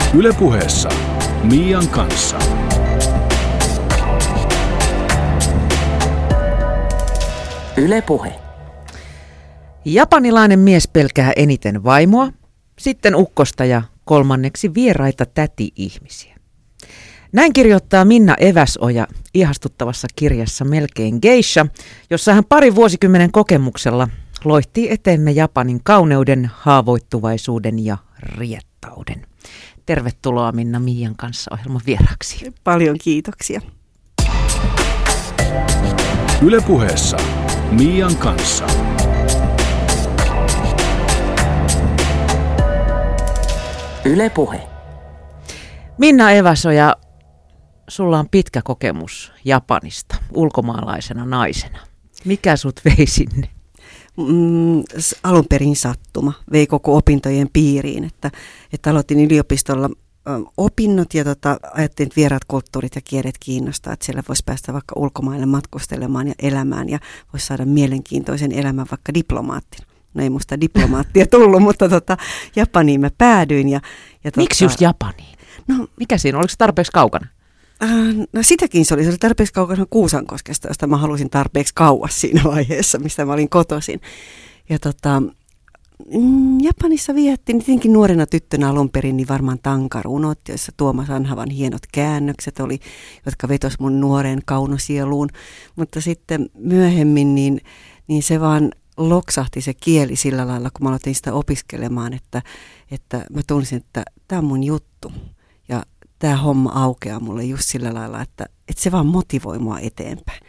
Yle Puheessa Mian kanssa. Yle Puhe. Japanilainen mies pelkää eniten vaimoa, sitten ukkosta ja kolmanneksi vieraita täti-ihmisiä. Näin kirjoittaa Minna Eväsoja ihastuttavassa kirjassa Melkein geisha, jossa hän parin vuosikymmenen kokemuksella loihtii eteemme Japanin kauneuden, haavoittuvaisuuden ja riettauden. Tervetuloa Minna Mian kanssa ohjelman vieraaksi. Paljon kiitoksia. Yle Puheessa Mian kanssa. Yle Puhe. Minna Eväsoja, sulla on pitkä kokemus Japanista ulkomaalaisena naisena. Mikä sut vei sinne? Alun perin sattuma vei koko opintojen piiriin, että aloitin yliopistolla opinnot ja ajattelin, että vieraat kulttuurit ja kielet kiinnostaa, että siellä voisi päästä vaikka ulkomaille matkustelemaan ja elämään ja voisi saada mielenkiintoisen elämän vaikka diplomaattina. No ei musta diplomaattia tullut, mutta Japaniin mä päädyin. Miksi just Japaniin? No, mikä siinä? Oliko se tarpeeksi kaukana? No sitäkin se oli tarpeeksi kaukana Kuusankoskesta, josta mä halusin tarpeeksi kauas siinä vaiheessa, mistä mä olin kotoisin. Ja Japanissa viehettiin tietenkin nuorena tyttönä alun perin niin varmaan tankarunot, joissa Tuomas Anhavan hienot käännökset oli, jotka vetos mun nuoreen kaunosieluun. Mutta sitten myöhemmin niin se vaan loksahti se kieli sillä lailla, kun mä aloitin sitä opiskelemaan, että mä tunsin, että tämä on mun juttu. Ja tämä homma aukeaa mulle just sillä lailla, että se vaan motivoi mua eteenpäin.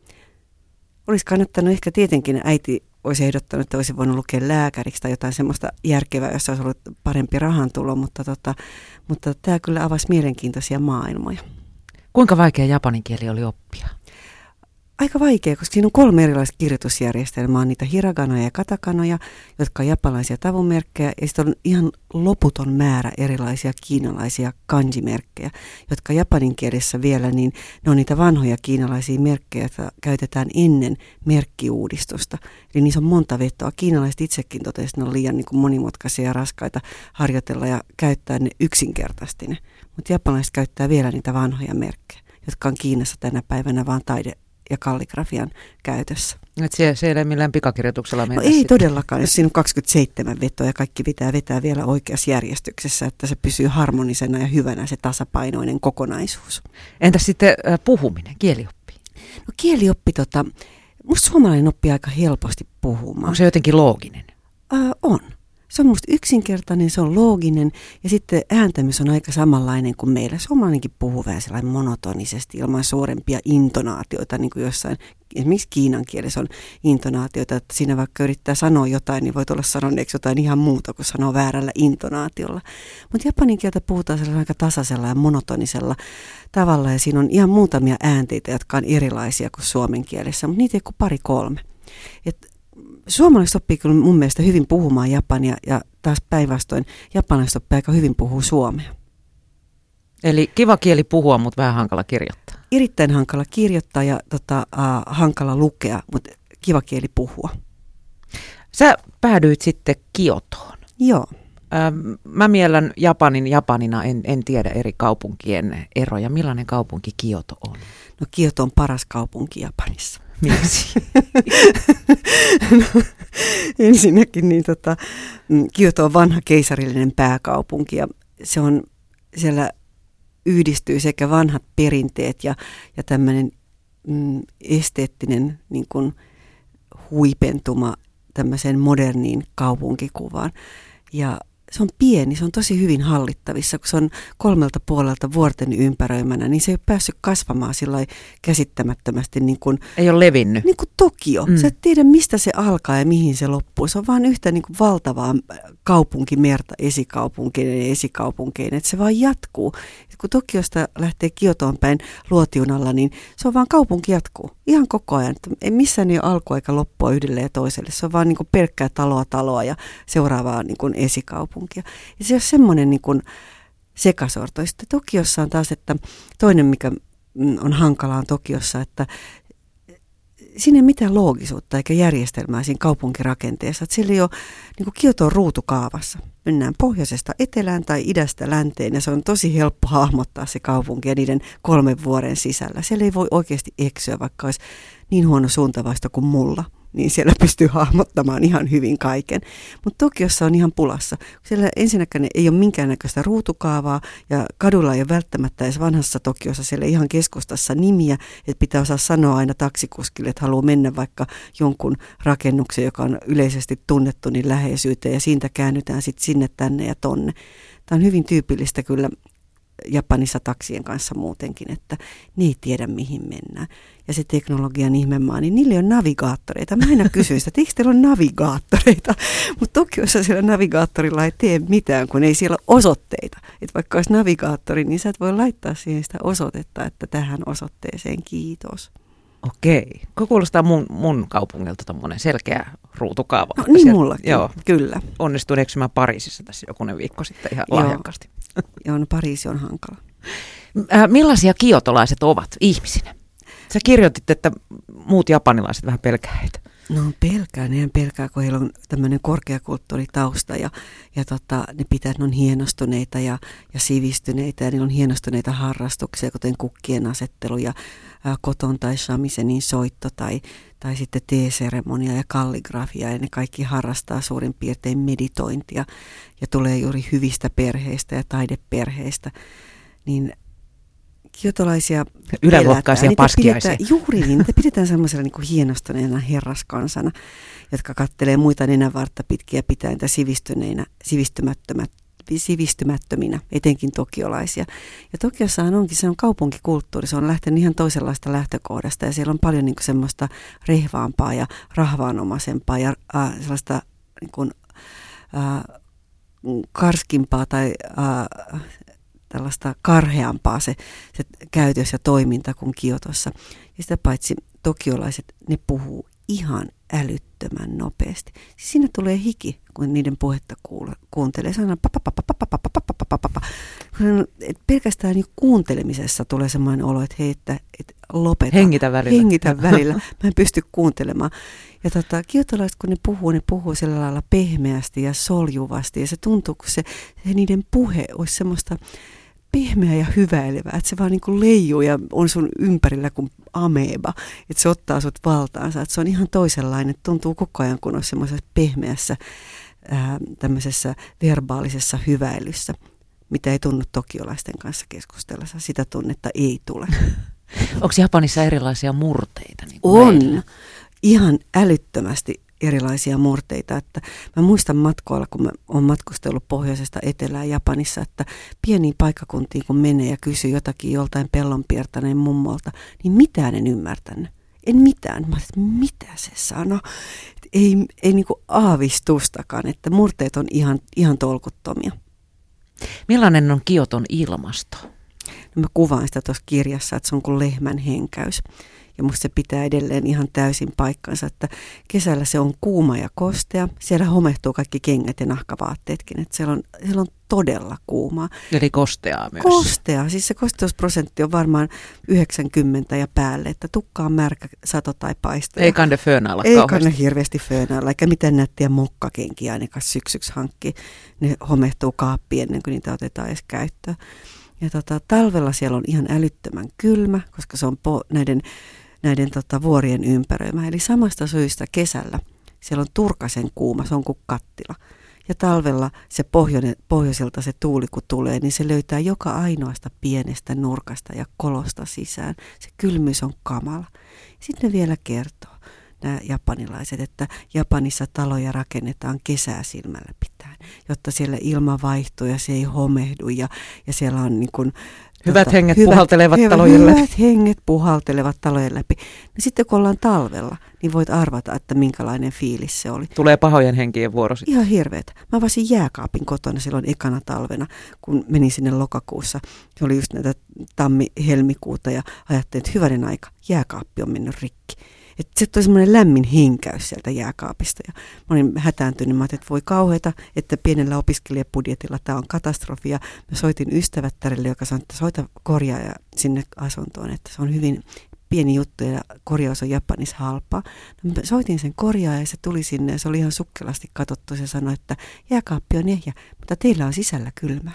Olisi kannattanut ehkä tietenkin, äiti olisi ehdottanut, että olisi voinut lukea lääkäriksi tai jotain semmoista järkevää, jossa olisi ollut parempi rahantulo, mutta tämä kyllä avasi mielenkiintoisia maailmoja. Kuinka vaikea japanin kieli oli oppia? Aika vaikea, koska siinä on 3 erilaista kirjoitusjärjestelmää. On niitä hiraganoja ja katakanoja, jotka on japanilaisia tavumerkkejä. Ja sitten on ihan loputon määrä erilaisia kiinalaisia kanjimerkkejä, jotka japanin kielessä vielä, niin ne on niitä vanhoja kiinalaisia merkkejä, joita käytetään ennen merkkiuudistusta. Eli niissä on monta vetoa. Kiinalaiset itsekin totesivat, että ne on liian monimutkaisia ja raskaita harjoitella ja käyttää ne yksinkertaisesti ne. Mutta japanilaiset käyttää vielä niitä vanhoja merkkejä, jotka on Kiinassa tänä päivänä vaan taide- ja kalligrafian käytössä. Se ei ole millään pikakirjoituksella mennä. No ei todellakaan, jos siinä on 27 vetoa ja kaikki pitää vetää vielä oikeassa järjestyksessä, että se pysyy harmonisena ja hyvänä se tasapainoinen kokonaisuus. Entäs sitten puhuminen, kielioppi? No kielioppi, musta suomalainen oppii aika helposti puhumaan. Onko se jotenkin looginen? On. Se on musta yksinkertainen, se on looginen ja sitten ääntämys on aika samanlainen kuin meillä. Suomalainenkin puhuu vähän sellainen monotonisesti ilman suurempia intonaatioita, niin kuin jossain, esimerkiksi kiinan kielessä on intonaatioita, että siinä vaikka yrittää sanoa jotain, niin voi tulla sanoneeksi jotain ihan muuta kuin sanoo väärällä intonaatiolla. Mutta japanin kieltä puhutaan sellaisella aika tasaisella ja monotonisella tavalla ja siinä on ihan muutamia äänteitä, jotka on erilaisia kuin suomen kielessä, mutta niitä ei kuin 2-3. Suomalaiset oppii kyllä mun mielestä hyvin puhumaan japania ja taas päinvastoin japanilaiset oppii aika hyvin puhua suomea. Eli kiva kieli puhua, mutta vähän hankala kirjoittaa. Erittäin hankala kirjoittaa ja hankala lukea, mutta kiva kieli puhua. Sä päädyit sitten Kiotoon. Joo. Mä miellän Japanin Japanina, en tiedä eri kaupunkien eroja. Millainen kaupunki Kioto on? No Kioto on paras kaupunki Japanissa. Miksi? No, ensinnäkin niin Kioto on vanha keisarillinen pääkaupunki ja se on, siellä yhdistyy sekä vanhat perinteet ja tämmöinen esteettinen niin kuin huipentuma tämmöiseen moderniin kaupunkikuvaan. Ja se on pieni, se on tosi hyvin hallittavissa, kun se on 3 puolelta vuorten ympäröimänä, niin se ei ole päässyt kasvamaan sillä käsittämättömästi. Niin kuin, ei ole levinnyt. Niin kuin Tokio. Sä et tiedä, mistä se alkaa ja mihin se loppuu. Se on vaan yhtä niin kuin valtavaa kaupunkimerta esikaupunkeinen, että se vaan jatkuu. Et kun Tokiosta lähtee Kiotoon päin luotiunalla, niin se on vaan kaupunki jatkuu ihan koko ajan. Ei missään ei ole alkua eikä loppua yhdelle ja toiselle. Se on vaan niin kuin pelkkää taloa ja seuraavaa niin kuin esikaupunkia. Ja se on semmoinen niin kuin sekasorto. Sitten Tokiossa on taas, että toinen mikä on hankalaa on Tokiossa, että siinä ei mitään loogisuutta eikä järjestelmää siinä kaupunkirakenteessa. Että siellä ei ole niin kuin Kioton ruutukaavassa. Mennään pohjoisesta etelään tai idästä länteen ja se on tosi helppo hahmottaa se kaupunki ja niiden 3 vuoden sisällä. Siellä ei voi oikeasti eksyä, vaikka olisi niin huono suuntavaisto kuin mulla. Niin siellä pystyy hahmottamaan ihan hyvin kaiken. Mutta Tokiossa on ihan pulassa. Siellä ensinnäkään ei ole minkäännäköistä ruutukaavaa ja kadulla ei ole välttämättä edes vanhassa Tokiossa siellä ihan keskustassa nimiä, että pitää osaa sanoa aina taksikuskille, että haluaa mennä vaikka jonkun rakennuksen, joka on yleisesti tunnettu, niin läheisyyteen ja siitä käännytään sitten sinne, tänne ja tonne. Tämä on hyvin tyypillistä kyllä Japanissa taksien kanssa muutenkin, että ne ei tiedä mihin mennään. Ja se teknologian ihmemaa, niin niillä on navigaattoreita. Mä aina kysyin sitä, että eikö teillä on navigaattoreita? Mutta Tokiossa siellä navigaattorilla ei tee mitään, kun ei siellä ole osoitteita. Että vaikka olisi navigaattori, niin sä et voi laittaa siihen sitä osoitetta, että tähän osoitteeseen kiitos. Okei. Kuulostaa mun kaupungilta tommoinen selkeä ruutukaava. No niin mullakin, joo. Kyllä. Onnistuin eksymään Pariisissa tässä jokunen viikko sitten ihan lahjakkaasti. Joo, no Pariisi on hankala. Millaisia kiotolaiset ovat ihmisinä? Sä kirjoitit, että muut japanilaiset vähän pelkää heitä. No nehän pelkää, kun heillä on tämmöinen korkeakulttuuritausta ja ne pitää, että ne on hienostuneita ja sivistyneitä ja niillä on hienostuneita harrastuksia, kuten kukkien asettelu ja koton tai shamisenin soitto tai sitten teeseremonia ja kalligrafia ja ne kaikki harrastaa suurin piirtein meditointia ja tulee juuri hyvistä perheistä ja taideperheistä, niin kiotolaisia yläluokkaisia paskiaisia. Juuri niin, niitä pidetään semmoisella niin kuin hienostuneena herraskansana, jotka kattelee muita nenänvartta pitkiä pitäen sivistymättöminä, etenkin tokiolaisia. Ja Tokiossahan onkin, se on kaupunkikulttuuri, se on lähtenyt ihan toisenlaista lähtökohdasta ja siellä on paljon niin kuin semmoista rehvaampaa ja rahvaanomaisempaa ja sellaista niin kuin, karskimpaa tai tällaista karheampaa se käytös ja toiminta kuin Kiotossa. Ja sitä paitsi tokiolaiset, ne puhuu ihan älyttömän nopeasti. Siis siinä tulee hiki, kun niiden puhetta kuuntelee. Se on pelkästään kuuntelemisessa tulee semmoinen olo, että hei, että lopeta. Hengitä välillä. Mä en pysty kuuntelemaan. Ja kiotolaiset, kun ne puhuu sillä lailla pehmeästi ja soljuvasti. Ja se tuntuu, kun se niiden puhe olisi semmoista pehmeä ja hyväilevää, että se vaan niin kuin leijuu ja on sun ympärillä kuin ameba, että se ottaa sut valtaansa, että se on ihan toisenlainen, tuntuu koko ajan, kun on semmoisessa pehmeässä tämmöisessä verbaalisessa hyväilyssä, mitä ei tunnu tokiolaisten kanssa keskustellessa, sitä tunnetta ei tule. Onko Japanissa erilaisia murteita? Niin on, meillä? Ihan älyttömästi erilaisia murteita, että mä muistan matkoilla, kun mä oon matkustellut pohjoisesta etelään Japanissa, että pieniin paikkakuntiin kun menee ja kysyy jotakin joltain pellonpiirtaneen mummolta, niin mitään en ymmärtänyt. En mitään. Mä ajattelin, että mitä se sanoo? Ei niinku aavistustakaan, että murteet on ihan tolkuttomia. Millainen on Kioton ilmasto? No mä kuvaan sitä tuossa kirjassa, että se on kuin lehmän henkäys. Ja musta se pitää edelleen ihan täysin paikkansa, että kesällä se on kuuma ja kostea. Siellä homehtuu kaikki kengät ja nahkavaatteetkin, että siellä on todella kuumaa. Eli kosteaa myös. Kostea, siis se kosteusprosentti on varmaan 90 ja päälle, että tukka on märkä, sato tai paisto. Ei kannata föönailla kauheasti. Ei kannata hirveästi föönailla, eikä mitään nättiä mokkakenkiä ainakaan syksyksi hankki. Ne homehtuu kaappiin ennen kuin niitä otetaan edes käyttöön. Ja talvella siellä on ihan älyttömän kylmä, koska se on näiden vuorien ympäröimä. Eli samasta syystä kesällä siellä on turkasen kuuma, se on kuin kattila. Ja talvella se pohjoiselta se tuuli kun tulee, niin se löytää joka ainoasta pienestä nurkasta ja kolosta sisään. Se kylmyys on kamala. Sitten ne vielä kertoo, nämä japanilaiset, että Japanissa taloja rakennetaan kesää silmällä pitäen, jotta siellä ilma vaihtuu ja se ei homehdu ja siellä on niin kuin Hyvät henget puhaltelevat talojen läpi. No sitten kun ollaan talvella, niin voit arvata, että minkälainen fiilis se oli. Tulee pahojen henkien vuoro sitten. Ihan hirveetä. Mä avasin jääkaapin kotona silloin ekana talvena, kun menin sinne lokakuussa. Se oli just näitä tammi-helmikuuta ja ajattelin, että hyvänen aika, jääkaappi on mennyt rikki. Että se tuli semmoinen lämmin henkäys sieltä jääkaapista ja mä olin hätääntynyt. Mä ajattelin, että voi kauheata, että pienellä opiskelijabudjetilla tämä on katastrofi. Ja mä soitin ystävättärelle, joka sanoi, että soita korjaaja sinne asuntoon, että se on hyvin pieni juttu ja korjaus on Japanissa halpaa. No, mä soitin sen korjaa ja se tuli sinne ja se oli ihan sukkelasti katsottu. Se sanoi, että jääkaappi on ehjä, mutta teillä on sisällä kylmä.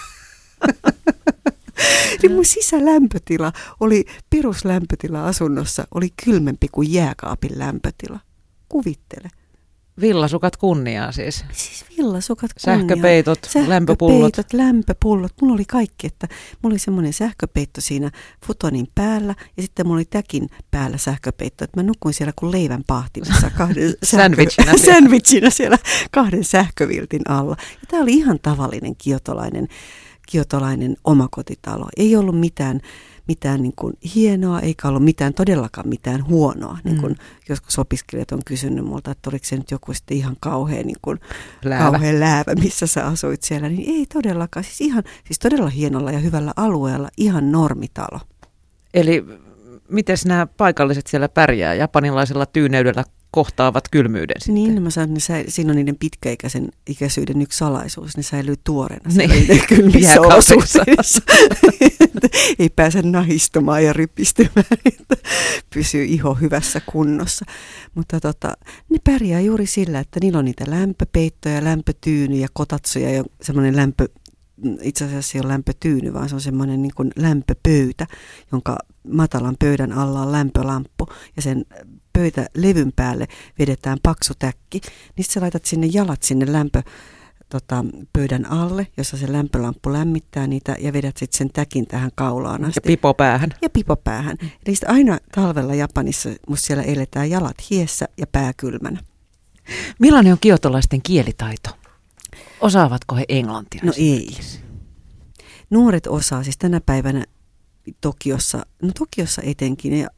Eli mun sisälämpötila oli, peruslämpötila asunnossa oli kylmempi kuin jääkaapin lämpötila. Kuvittele. Villasukat kunniaa siis. Siis villasukat kunniaa. Sähköpeitot, lämpöpullot. Lämpöpullot. Mulla oli kaikki, että mulla oli semmoinen sähköpeitto siinä futonin päällä ja sitten mulla oli täkin päällä sähköpeitto. Että mä nukuin siellä kuin leivän pahtimessa sandwichinä siellä 2 sähköviltin alla. Ja tää oli ihan tavallinen kiotolainen omakotitalo. Ei ollut mitään niin kuin hienoa, eikä ollut todellakaan mitään huonoa. Niin kuin joskus opiskelijat on kysynyt multa, että oliko se nyt joku sitten ihan kauhean läävä, missä sä asuit siellä. Niin ei todellakaan. Siis todella hienolla ja hyvällä alueella ihan normitalo. Eli miten nämä paikalliset siellä pärjää? Japanilaisella tyyneydellä kohtaavat kylmyyden sitten. Niin, mä sanon, että siinä on niiden pitkäikäisyyden yksi salaisuus. Ne säilyy tuoreena niin. Kylmissä olosuhteissa. Ei pääse nahistumaan ja rypistymään, että pysyy iho hyvässä kunnossa. Mutta ne pärjää juuri sillä, että niillä on niitä lämpöpeittoja, lämpötyynyjä, kotatsuja ja semmoinen itse asiassa ei ole lämpötyyny, vaan se on semmoinen niin kuin lämpöpöytä, jonka matalan pöydän alla on lämpölamppu ja sen pöytälevyn päälle vedetään paksu täkki. Niin sä laitat sinne jalat sinne pöydän alle, jossa se lämpölamppu lämmittää niitä ja vedät sitten sen täkin tähän kaulaan asti. Ja pipo päähän. Eli sitten aina talvella Japanissa musta siellä eletään jalat hiessä ja pää kylmänä. Millainen on kiotolaisten kielitaito? Osaavatko he englantia? No ei. Nuoret osaa, siis tänä päivänä Tokiossa etenkin, ja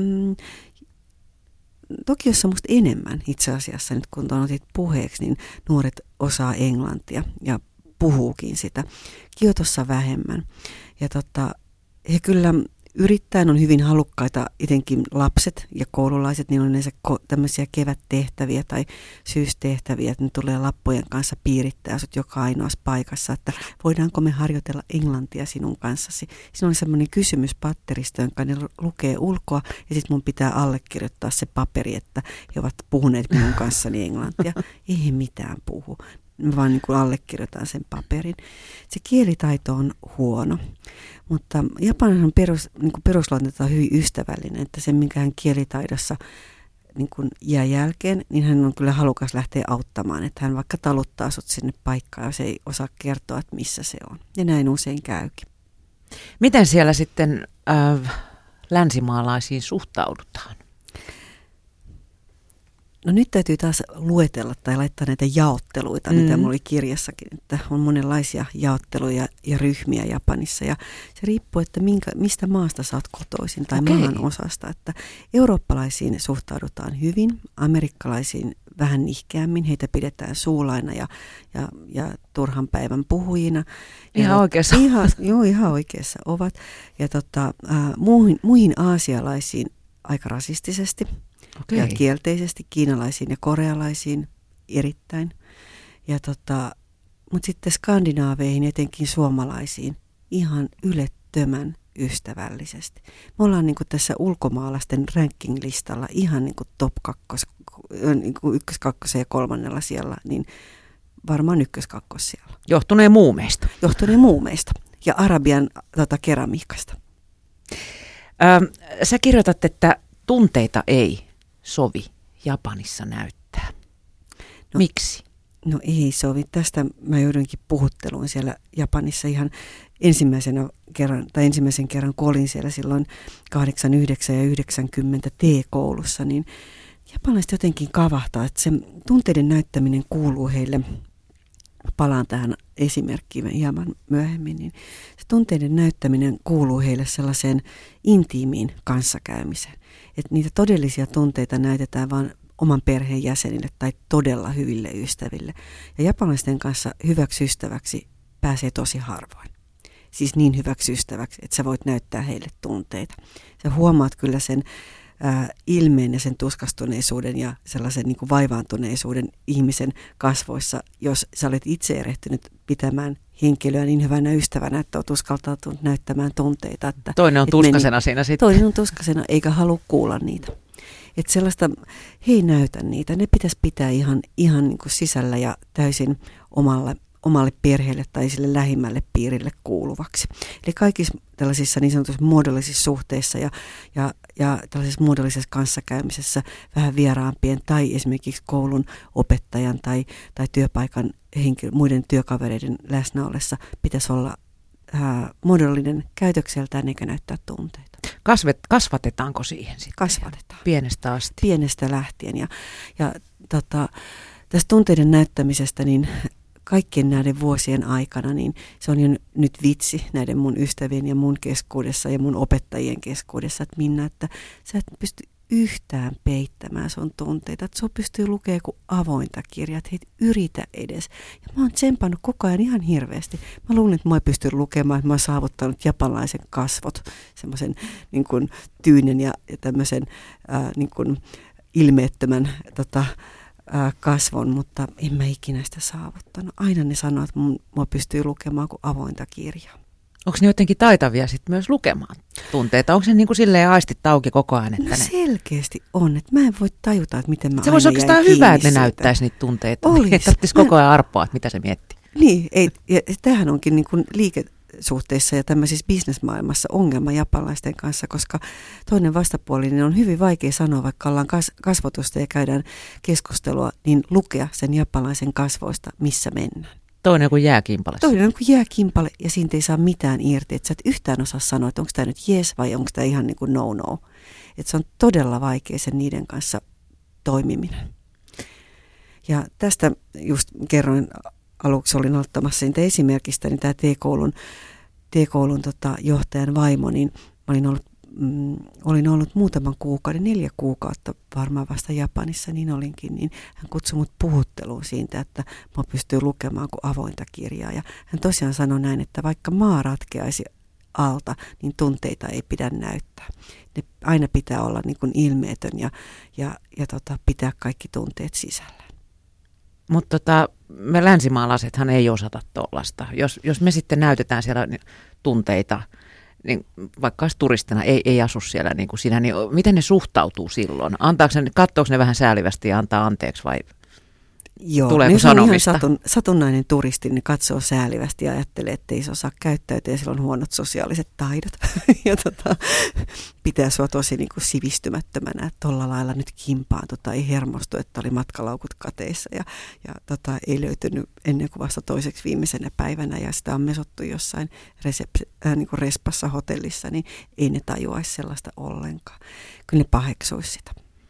Tokiossa musta enemmän itse asiassa, nyt kun otit puheeksi, niin nuoret osaa englantia ja puhuukin sitä. Kiotossa vähemmän. Ja he kyllä yrittäen on hyvin halukkaita, etenkin lapset ja koululaiset, niin on yleensä tämmöisiä kevättehtäviä tai syystehtäviä, että ne tulee lappujen kanssa piirittää sut joka ainoassa paikassa, että voidaanko me harjoitella englantia sinun kanssasi. Siinä on semmoinen kysymyspatteristo, jonka ne lukee ulkoa ja sitten mun pitää allekirjoittaa se paperi, että he ovat puhuneet minun kanssani englantia. Ei he mitään puhu. Mä vaan niin kuin allekirjoitan sen paperin. Se kielitaito on huono, mutta Japanissa on perusluonteeltaan hyvin ystävällinen, että se minkä hän kielitaidossa niin kuin jää jälkeen, niin hän on kyllä halukas lähteä auttamaan, että hän vaikka taluttaa sut sinne paikkaan, jos ei osaa kertoa, että missä se on. Ja näin usein käykin. Miten siellä sitten länsimaalaisiin suhtaudutaan? No nyt täytyy taas luetella tai laittaa näitä jaotteluita, mitä mulla oli kirjassakin, että on monenlaisia jaotteluja ja ryhmiä Japanissa ja se riippuu, että mistä maasta sä oot kotoisin tai maan osasta, että eurooppalaisiin suhtaudutaan hyvin, amerikkalaisiin vähän nihkeämmin, heitä pidetään suulaina ja turhan päivän puhujina. Ihan oikeassa. Ihan oikeassa ovat ja muihin aasialaisiin aika rasistisesti. Okay. Ja kielteisesti kiinalaisiin ja korealaisiin erittäin. Mutta sitten skandinaaveihin, etenkin suomalaisiin, ihan ylettömän ystävällisesti. Me ollaan niinku tässä ulkomaalaisten ranking-listalla ihan niinku top 2, niinku 1, 2 ja 3 siellä, niin varmaan 1, 2 siellä. Johtuneen muumeista. Ja Arabian keramiikasta. Sä kirjoitat, että tunteita ei sovi Japanissa näyttää. Miksi? No ei sovi. Tästä mä joudunkin puhutteluun siellä Japanissa ihan ensimmäisen kerran, kun olin siellä silloin 8, 9 ja 90 T-koulussa, niin japanilaiset jotenkin kavahtaa, että se tunteiden näyttäminen kuuluu heille. Palaan tähän esimerkkiin hieman myöhemmin, niin se tunteiden näyttäminen kuuluu heille sellaiseen intiimiin kanssakäymiseen. Että niitä todellisia tunteita näytetään vain oman perheen jäsenille tai todella hyville ystäville. Ja japanilaisten kanssa hyväksi ystäväksi pääsee tosi harvoin. Siis niin hyväksi ystäväksi, että sä voit näyttää heille tunteita. Sä huomaat kyllä sen ilmeen ja sen tuskastuneisuuden ja sellaisen niin kuin vaivaantuneisuuden ihmisen kasvoissa, jos sä olet itse erehtynyt pitämään henkilöä niin hyvänä ystävänä, että olet uskaltautunut näyttämään tunteita. Että, toinen on tuskasena siinä sitten. Toinen on tuskasena eikä halua kuulla niitä. Että sellaista, he ei näytä niitä, ne pitäisi pitää ihan niin kuin sisällä ja täysin omalle perheelle tai sille lähimmälle piirille kuuluvaksi. Eli kaikissa tällaisissa niin sanotuissa muodollisissa suhteissa ja tällaisessa muodollisessa kanssakäymisessä vähän vieraampien tai esimerkiksi koulun opettajan tai työpaikan muiden työkavereiden läsnä ollessa pitäisi olla muodollinen käytökseltään eikä näyttää tunteita. Kasvatetaanko siihen sitten? Kasvatetaan. Pienestä asti? Pienestä lähtien. Tästä tunteiden näyttämisestä, niin kaikkien näiden vuosien aikana, niin se on jo nyt vitsi näiden mun ystävien ja mun keskuudessa ja mun opettajien keskuudessa, että Minna, että sä et pysty yhtään peittämään sun tunteita, että sä pystyy lukemaan kuin avointa kirjaa, että hei, yritä edes. Ja mä oon tsempannut koko ajan ihan hirveästi. Mä luulen, että mä en pysty lukemaan, että mä oon saavuttanut japanlaisen kasvot, semmoisen niin kuin tyynen ja tämmöisen niin kuin ilmeettömän kasvon, mutta en mä ikinä sitä saavuttanut. Aina ne sanoo, että mä pystyy lukemaan kuin avointa kirjaa. Onko ne jotenkin taitavia sitten myös lukemaan tunteita? Onko se niin kuin silleen aistit auki koko ajan? Että no selkeästi on, että mä en voi tajuta, että miten mä se voisi oikeastaan hyvä, että ne näyttäisi niitä tunteita. Ei tarvitsisi koko ajan arpoa, että mitä se miettii. Niin, ja tämähän onkin niin kuin liikesuhteissa ja tämmöisissä bisnesmaailmassa ongelma japanilaisten kanssa, koska toinen vastapuolinen on hyvin vaikea sanoa, vaikka ollaan kasvotusta ja käydään keskustelua, niin lukea sen japanilaisen kasvoista, missä mennään. Toinen on kuin jääkimpale. Toinen on kuin jääkimpale ja siitä ei saa mitään irti. Että sä et yhtään osaa sanoa, että onko tämä nyt yes vai onko tämä ihan niin kuin no. Että se on todella vaikea sen niiden kanssa toimiminen. Ja tästä just kerroin aluksi, olin aloittamassa niitä esimerkistä, niin tämä T-koulun johtajan vaimo, niin olin ollut muutaman kuukauden, 4 kuukautta varmaan vasta Japanissa, niin olinkin, niin hän kutsui mut puhutteluun siitä, että mä pystyn lukemaan kuin avointa kirjaa. Ja hän tosiaan sanoi näin, että vaikka maa ratkeaisi alta, niin tunteita ei pidä näyttää. Ne aina pitää olla niin kuin ilmeetön ja pitää kaikki tunteet sisällä. Mutta me länsimaalaisethan ei osata tuollaista. Jos me sitten näytetään siellä tunteita, niin vaikka olisi turistina, ei asu siellä niin kuin sinä, niin miten ne suhtautuu silloin? Katsoako ne vähän säälivästi ja antaa anteeksi vai tuleeko sanomista? Jos on ihan satunnainen turisti, niin katsoo säälivästi ja ajattelee, että ei se osaa käyttäytyä ja sillä on huonot sosiaaliset taidot. Ja pitää sua tosi niin kuin sivistymättömänä, että tuolla lailla nyt kimpaantui tai hermostui, että oli matkalaukut kateissa ja ei löytynyt ennen kuin vasta toiseksi viimeisenä päivänä ja sitä on mesottu jossain niin kuin respassa hotellissa, niin ei ne tajuaisi sellaista ollenkaan. Kyllä ne paheksuisi sitä.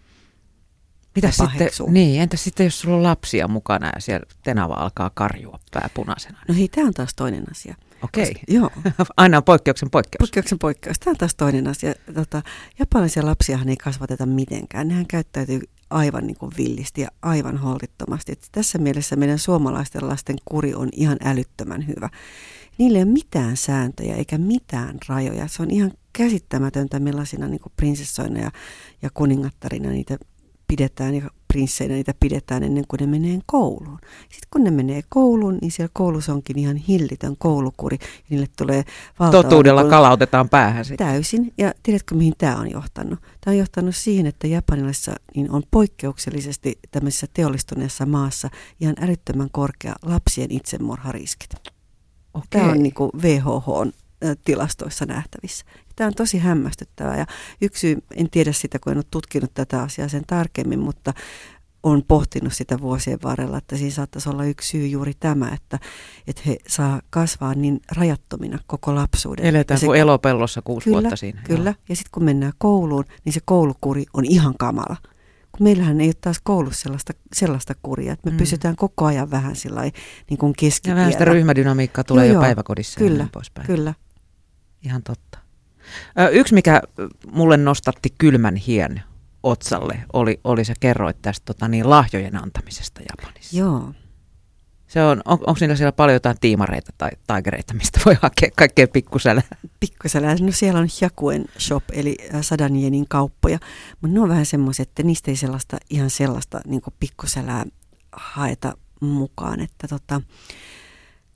Entäs sitten jos sulla on lapsia mukana ja siellä tenava alkaa karjua pää punaisena? No hei, tämä on taas toinen asia. Okei. Joo. Aina on poikkeuksen poikkeus. Tämä on taas toinen asia. Japanilaisia lapsiahan ei kasvateta mitenkään. Nehän käyttäytyy aivan niin kuin villisti ja aivan holtittomasti. Et tässä mielessä meidän suomalaisten lasten kuri on ihan älyttömän hyvä. Niillä ei ole mitään sääntöjä eikä mitään rajoja. Se on ihan käsittämätöntä, millaisina niin kuin prinsessoina ja kuningattarina niitä pidetään ja prinsseinä niitä pidetään ennen kuin ne menee kouluun. Sitten kun ne menee kouluun, niin siellä koulussa onkin ihan hillitön koulukuri. Ja niille tulee totuudella kalautetaan päähän sitten. Täysin. Ja tiedätkö, mihin tämä on johtanut? Tämä on johtanut siihen, että Japanissa niin on poikkeuksellisesti tämmöisessä teollistuneessa maassa ihan älyttömän korkea lapsien itsemurhariskit. Okei. Tämä on niin kuin WHO:n tilastoissa nähtävissä. Tämä on tosi hämmästyttävää ja yksi syy, en tiedä sitä, kun en ole tutkinut tätä asiaa sen tarkemmin, mutta olen pohtinut sitä vuosien varrella, että siinä saattaisi olla yksi syy juuri tämä, että he saa kasvaa niin rajattomina koko lapsuuden. Eletään kuin elopellossa 6 vuotta siinä. Kyllä, ja sitten kun mennään kouluun, niin se koulukuri on ihan kamala. Kun meillähän ei ole taas koulussa sellaista kuria, että me pysytään koko ajan vähän sillai, niin kuin keskitiellä. Ja vähän sitä ryhmädynamiikkaa tulee jo päiväkodissa kyllä, ja niin poispäin. Kyllä. Ihan totta. Yksi, mikä mulle nostatti kylmän hien otsalle, oli sä kerroit tästä lahjojen antamisesta Japanissa. Joo. Onko niillä siellä paljon jotain tiimareita tai taigereita, mistä voi hakea kaikkea pikkusälää? Pikkusälää. No siellä on Hyakuen shop, eli 100 jenin kauppoja, mutta ne on vähän semmoiset, että niistä ei ihan sellaista niin kuin pikkusälää haeta mukaan. Että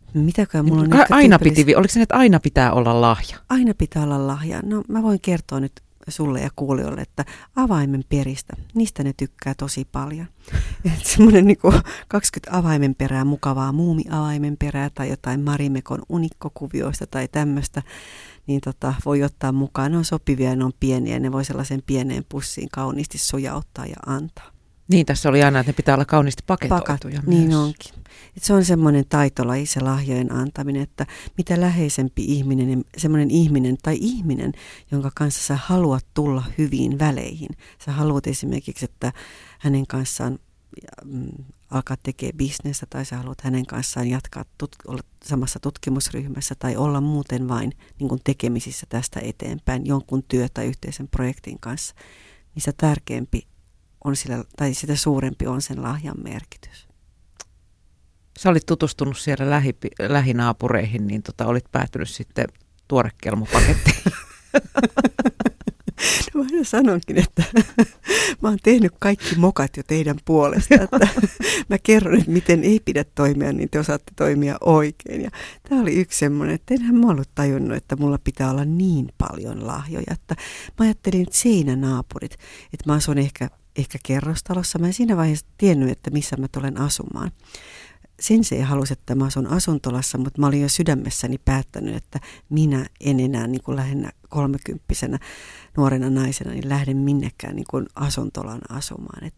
Mitäkään mulla on Oliko se, että aina pitää olla lahja? Aina pitää olla lahja. No mä voin kertoa nyt sulle ja kuulijoille, että avaimenperistä, niistä ne tykkää tosi paljon. Semmoinen niin 20 avaimenperää, mukavaa muumiavaimenperää tai jotain Marimekon unikkokuvioista tai tämmöistä, niin voi ottaa mukaan. Ne on sopivia ja ne on pieniä ja ne voi sellaisen pieneen pussiin kauniisti sujauttaa ja antaa. Niin, tässä oli aina, että ne pitää olla kauniisti paketoituja myös. Niin onkin. Et se on semmoinen taitolaji, se lahjojen antaminen, että mitä läheisempi ihminen, semmoinen ihminen, jonka kanssa sä haluat tulla hyviin väleihin. Sä haluat esimerkiksi, että hänen kanssaan alkaa tekemään bisnestä tai sä haluat hänen kanssaan jatkaa olla samassa tutkimusryhmässä tai olla muuten vain niin kuin tekemisissä tästä eteenpäin jonkun työ- tai yhteisen projektin kanssa, niin se tärkeämpi on sillä, tai sitä suurempi on sen lahjan merkitys. Sä olit tutustunut siellä lähinaapureihin, niin olit päätynyt sitten tuorekelmupakettiin. No mä sanonkin, että mä oon tehnyt kaikki mokat jo teidän puolesta. Että mä kerron, että miten ei pidä toimia, niin te osaatte toimia oikein. Ja tää oli yksi semmoinen, että enhän mä ollut tajunnut, että mulla pitää olla niin paljon lahjoja. Että mä ajattelin, että seinänaapurit, että mä asun ehkä kerrostalossa. Mä en siinä vaiheessa tiennyt, että missä mä tulen asumaan. Sensei halusi, että mä asun asuntolassa, mutta mä olin jo sydämessäni päättänyt, että minä en enää niin kuin lähinnä 30-vuotiaana nuorena naisena niin lähden minnekään niin kuin asuntolaan asumaan.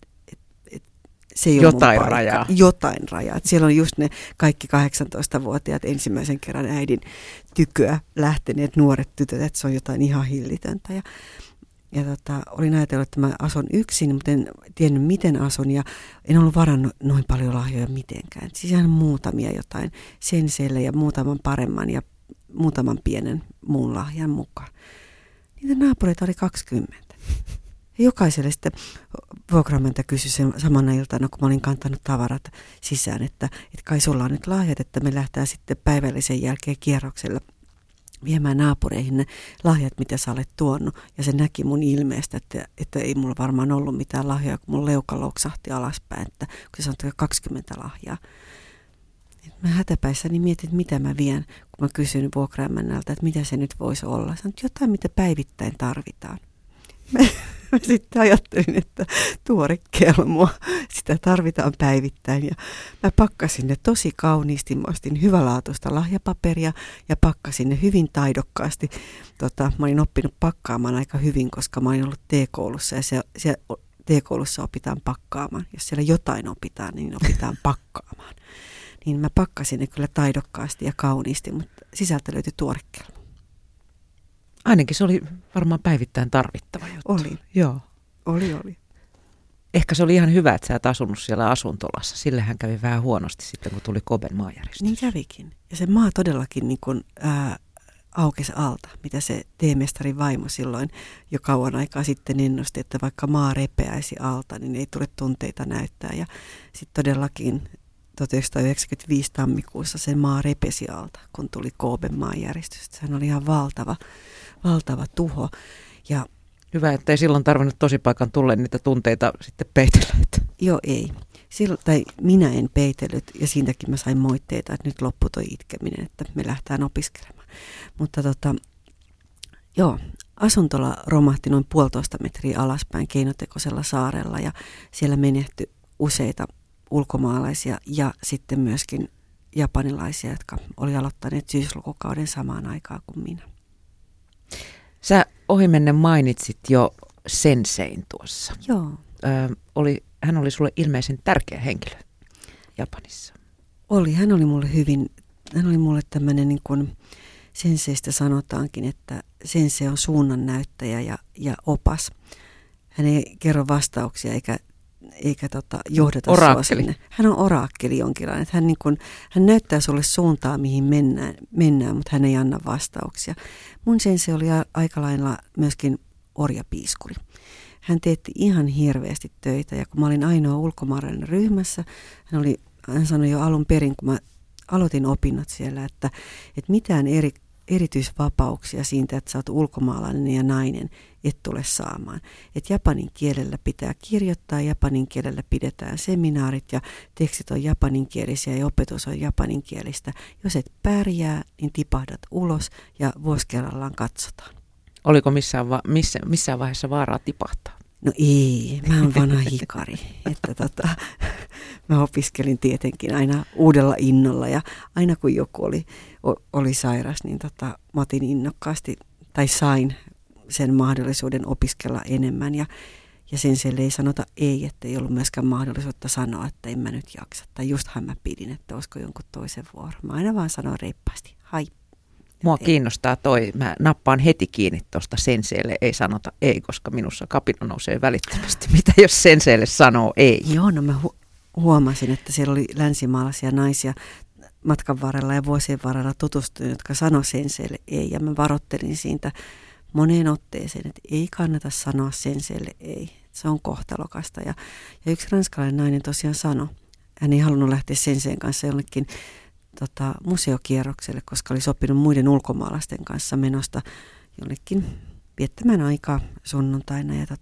Se ei jotain rajaa. Jotain rajaa. Et siellä on just ne kaikki 18-vuotiaat ensimmäisen kerran äidin tyköä lähteneet nuoret tytöt, että se on jotain ihan hillitöntä. Ja olin ajatellut, että mä asun yksin, mutta en tiennyt miten asun ja en ollut varannut noin paljon lahjoja mitenkään. Siis ihan muutamia jotain senseille ja muutaman paremman ja muutaman pienen muun lahjan mukaan. Niitä naapureita oli 20. Ja jokaiselle sitten vuokraamenta kysyi samana iltana, kun mä olin kantanut tavarat sisään, että kai sulla on nyt lahjat, että me lähdetään sitten päivällisen jälkeen kierroksella viemään naapureihin ne lahjat, mitä sä olet tuonut. Ja se näki mun ilmeestä, että ei mulla varmaan ollut mitään lahjoja, kun mun leuka loksahti alaspäin, että kun se sanoi 20 lahjaa. Mä hätäpäissäni mietin, että mitä mä vien, kun mä kysyin vuokraamennältä, että mitä se nyt voisi olla. Sanoin, että jotain, mitä päivittäin tarvitaan. Mä sitten ajattelin, että tuorekelmua, sitä tarvitaan päivittäin. Ja mä pakkasin ne tosi kauniisti. Mä ostin hyvälaatuista lahjapaperia ja pakkasin ne hyvin taidokkaasti. Mä olin oppinut pakkaamaan aika hyvin, koska mä olin ollut T-koulussa ja se T-koulussa opitaan pakkaamaan. Jos siellä jotain opitaan, niin opitaan pakkaamaan. Niin mä pakkasin ne kyllä taidokkaasti ja kauniisti, mutta sisältä löytyi tuorekelma. Ainakin se oli varmaan päivittäin tarvittava juttu. Oli. Joo. Oli. Ehkä se oli ihan hyvä, että sä et asunut siellä asuntolassa. Sillehän kävi vähän huonosti sitten, kun tuli Koben maanjäristys. Niin kävikin. Ja se maa todellakin niin kuin, aukesi alta, mitä se teemestarin vaimo silloin jo kauan aikaa sitten ennusti, että vaikka maa repeäisi alta, niin ei tule tunteita näyttää. Ja sitten todellakin 1995 tammikuussa se maa repesi alta, kun tuli Koben maanjäristys. Sehän oli ihan valtava tuho. Ja hyvä, ettei silloin tarvinnut tosipaikan tulle niitä tunteita sitten peitellä. Joo, ei. Tai minä en peitellyt ja siitäkin mä sain moitteita, että nyt loppui toi itkeminen, että me lähdetään opiskelemaan. Mutta asuntola romahti noin 1,5 metriä alaspäin keinotekoisella saarella ja siellä menehtyi useita ulkomaalaisia ja sitten myöskin japanilaisia, jotka oli aloittaneet syyslukukauden samaan aikaan kuin minä. Sä ohimennen mainitsit jo sensein tuossa. Joo. Hän oli sulle ilmeisen tärkeä henkilö Japanissa. Hän oli mulle tämmöinen niin kuin senseistä sanotaankin, että sensei on suunnannäyttäjä ja opas. Hän ei kerro vastauksia eikä johdata sua sinne. Hän on oraakkeli jonkinlainen. Hän näyttää sulle suuntaa, mihin mennään, mutta hän ei anna vastauksia. Mun sensei oli aika lailla myöskin orjapiiskuri. Hän teetti ihan hirveästi töitä ja kun mä olin ainoa ulkomaalainen ryhmässä, hän sanoi jo alun perin, kun mä aloitin opinnot siellä, että mitään erityisvapauksia siitä, että sä oot ulkomaalainen ja nainen, et tule saamaan. Että japanin kielellä pitää kirjoittaa, japanin kielellä pidetään seminaarit ja tekstit on japaninkielisiä ja opetus on japaninkielistä. Jos et pärjää, niin tipahdat ulos ja vuosi kerrallaan katsotaan. Oliko missään vaiheessa vaaraa tipahtaa? No ei, mä oon vanha hikari, että mä opiskelin tietenkin aina uudella innolla ja aina kun joku oli sairas, niin mä otin innokkaasti tai sain sen mahdollisuuden opiskella enemmän ja sen siellä ei sanota ei, että ei ollut myöskään mahdollisuutta sanoa, että en mä nyt jaksa. Tai justhan mä pidin, että olisiko jonkun toisen vuoro. Mä aina vaan sanoin reippaasti, hai. Mua kiinnostaa mä nappaan heti kiinni tuosta senseelle, ei sanota ei, koska minussa kapina nousee välittömästi. Mitä jos senseelle sanoo ei? Joo, no mä huomasin, että siellä oli länsimaalaisia naisia matkan varrella ja vuosien varrella tutustuneet, jotka sanoi senseelle ei. Ja mä varoittelin siitä moneen otteeseen, että ei kannata sanoa senseelle ei. Se on kohtalokasta. Ja yksi ranskalainen nainen tosiaan sanoi, hän ei halunnut lähteä senseen kanssa jollekin museokierrokselle, koska oli sopinut muiden ulkomaalaisten kanssa menosta jollekin viettämään aikaa sunnuntaina. Ja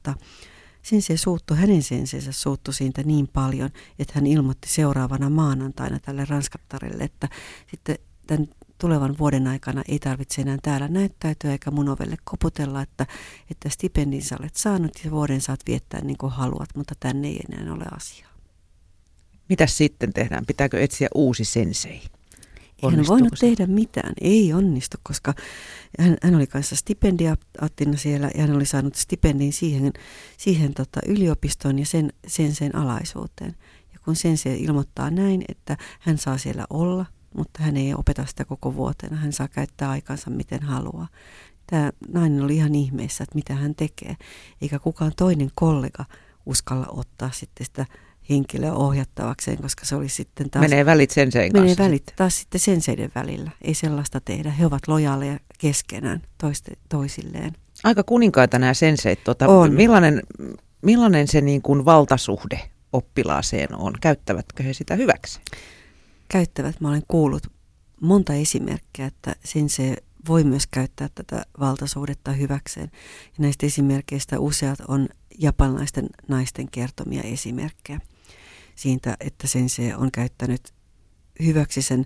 hänen senseensä suuttui siitä niin paljon, että hän ilmoitti seuraavana maanantaina tälle ranskattarelle, että sitten tämän tulevan vuoden aikana ei tarvitse enää täällä näyttäytyä eikä mun ovelle koputella, että stipendin sä olet saanut ja vuoden saat viettää niin kuin haluat, mutta tänne ei enää ole asiaa. Mitäs sitten tehdään? Pitääkö etsiä uusi sensei? Ei hän voinut tehdä mitään. Ei onnistu, koska hän oli kanssa stipendiaattina siellä ja hän oli saanut stipendin siihen yliopistoon ja sen alaisuuteen. Ja kun sensei ilmoittaa näin, että hän saa siellä olla, mutta hän ei opeta sitä koko vuotena. Hän saa käyttää aikansa miten haluaa. Tämä nainen oli ihan ihmeessä, että mitä hän tekee. Eikä kukaan toinen kollega uskalla ottaa sitten sitä henkilöä ohjattavakseen, koska se oli sitten taas... Menee välit sensein kanssa. Menee välit taas sitten senseiden välillä. Ei sellaista tehdä. He ovat lojaaleja keskenään toisilleen. Aika kuninkaita nämä senseit. Millainen se niin kuin valtasuhde oppilaaseen on? Käyttävätkö he sitä hyväksi? Käyttävät. Mä olen kuullut monta esimerkkiä, että sensei voi myös käyttää tätä valtasuhdetta hyväkseen. Ja näistä esimerkkeistä useat on japanilaisten naisten kertomia esimerkkejä siitä, että sensei on käyttänyt hyväksi sen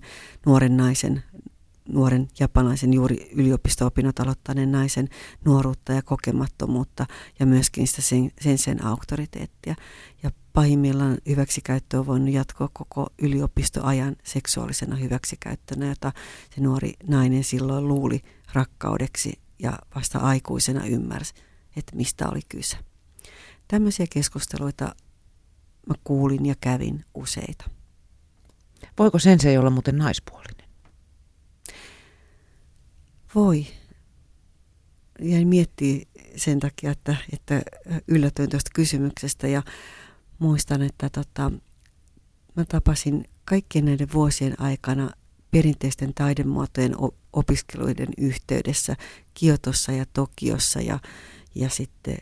nuoren japanilaisen juuri yliopisto-opinnot aloittaneen naisen nuoruutta ja kokemattomuutta ja myöskin sitä sensein auktoriteettia. Ja pahimmillaan hyväksikäyttö on voinut jatkoa koko yliopistoajan seksuaalisena hyväksikäyttönä, jota se nuori nainen silloin luuli rakkaudeksi ja vasta aikuisena ymmärsi, että mistä oli kyse. Tämmöisiä keskusteluita mä kuulin ja kävin useita. Voiko sensei olla muuten naispuolinen? Voi. Jäin miettimään sen takia, että yllätyin tuosta kysymyksestä ja muistan, että mä tapasin kaikkien näiden vuosien aikana perinteisten taidemuotojen opiskeluiden yhteydessä Kiotossa ja Tokiossa ja sitten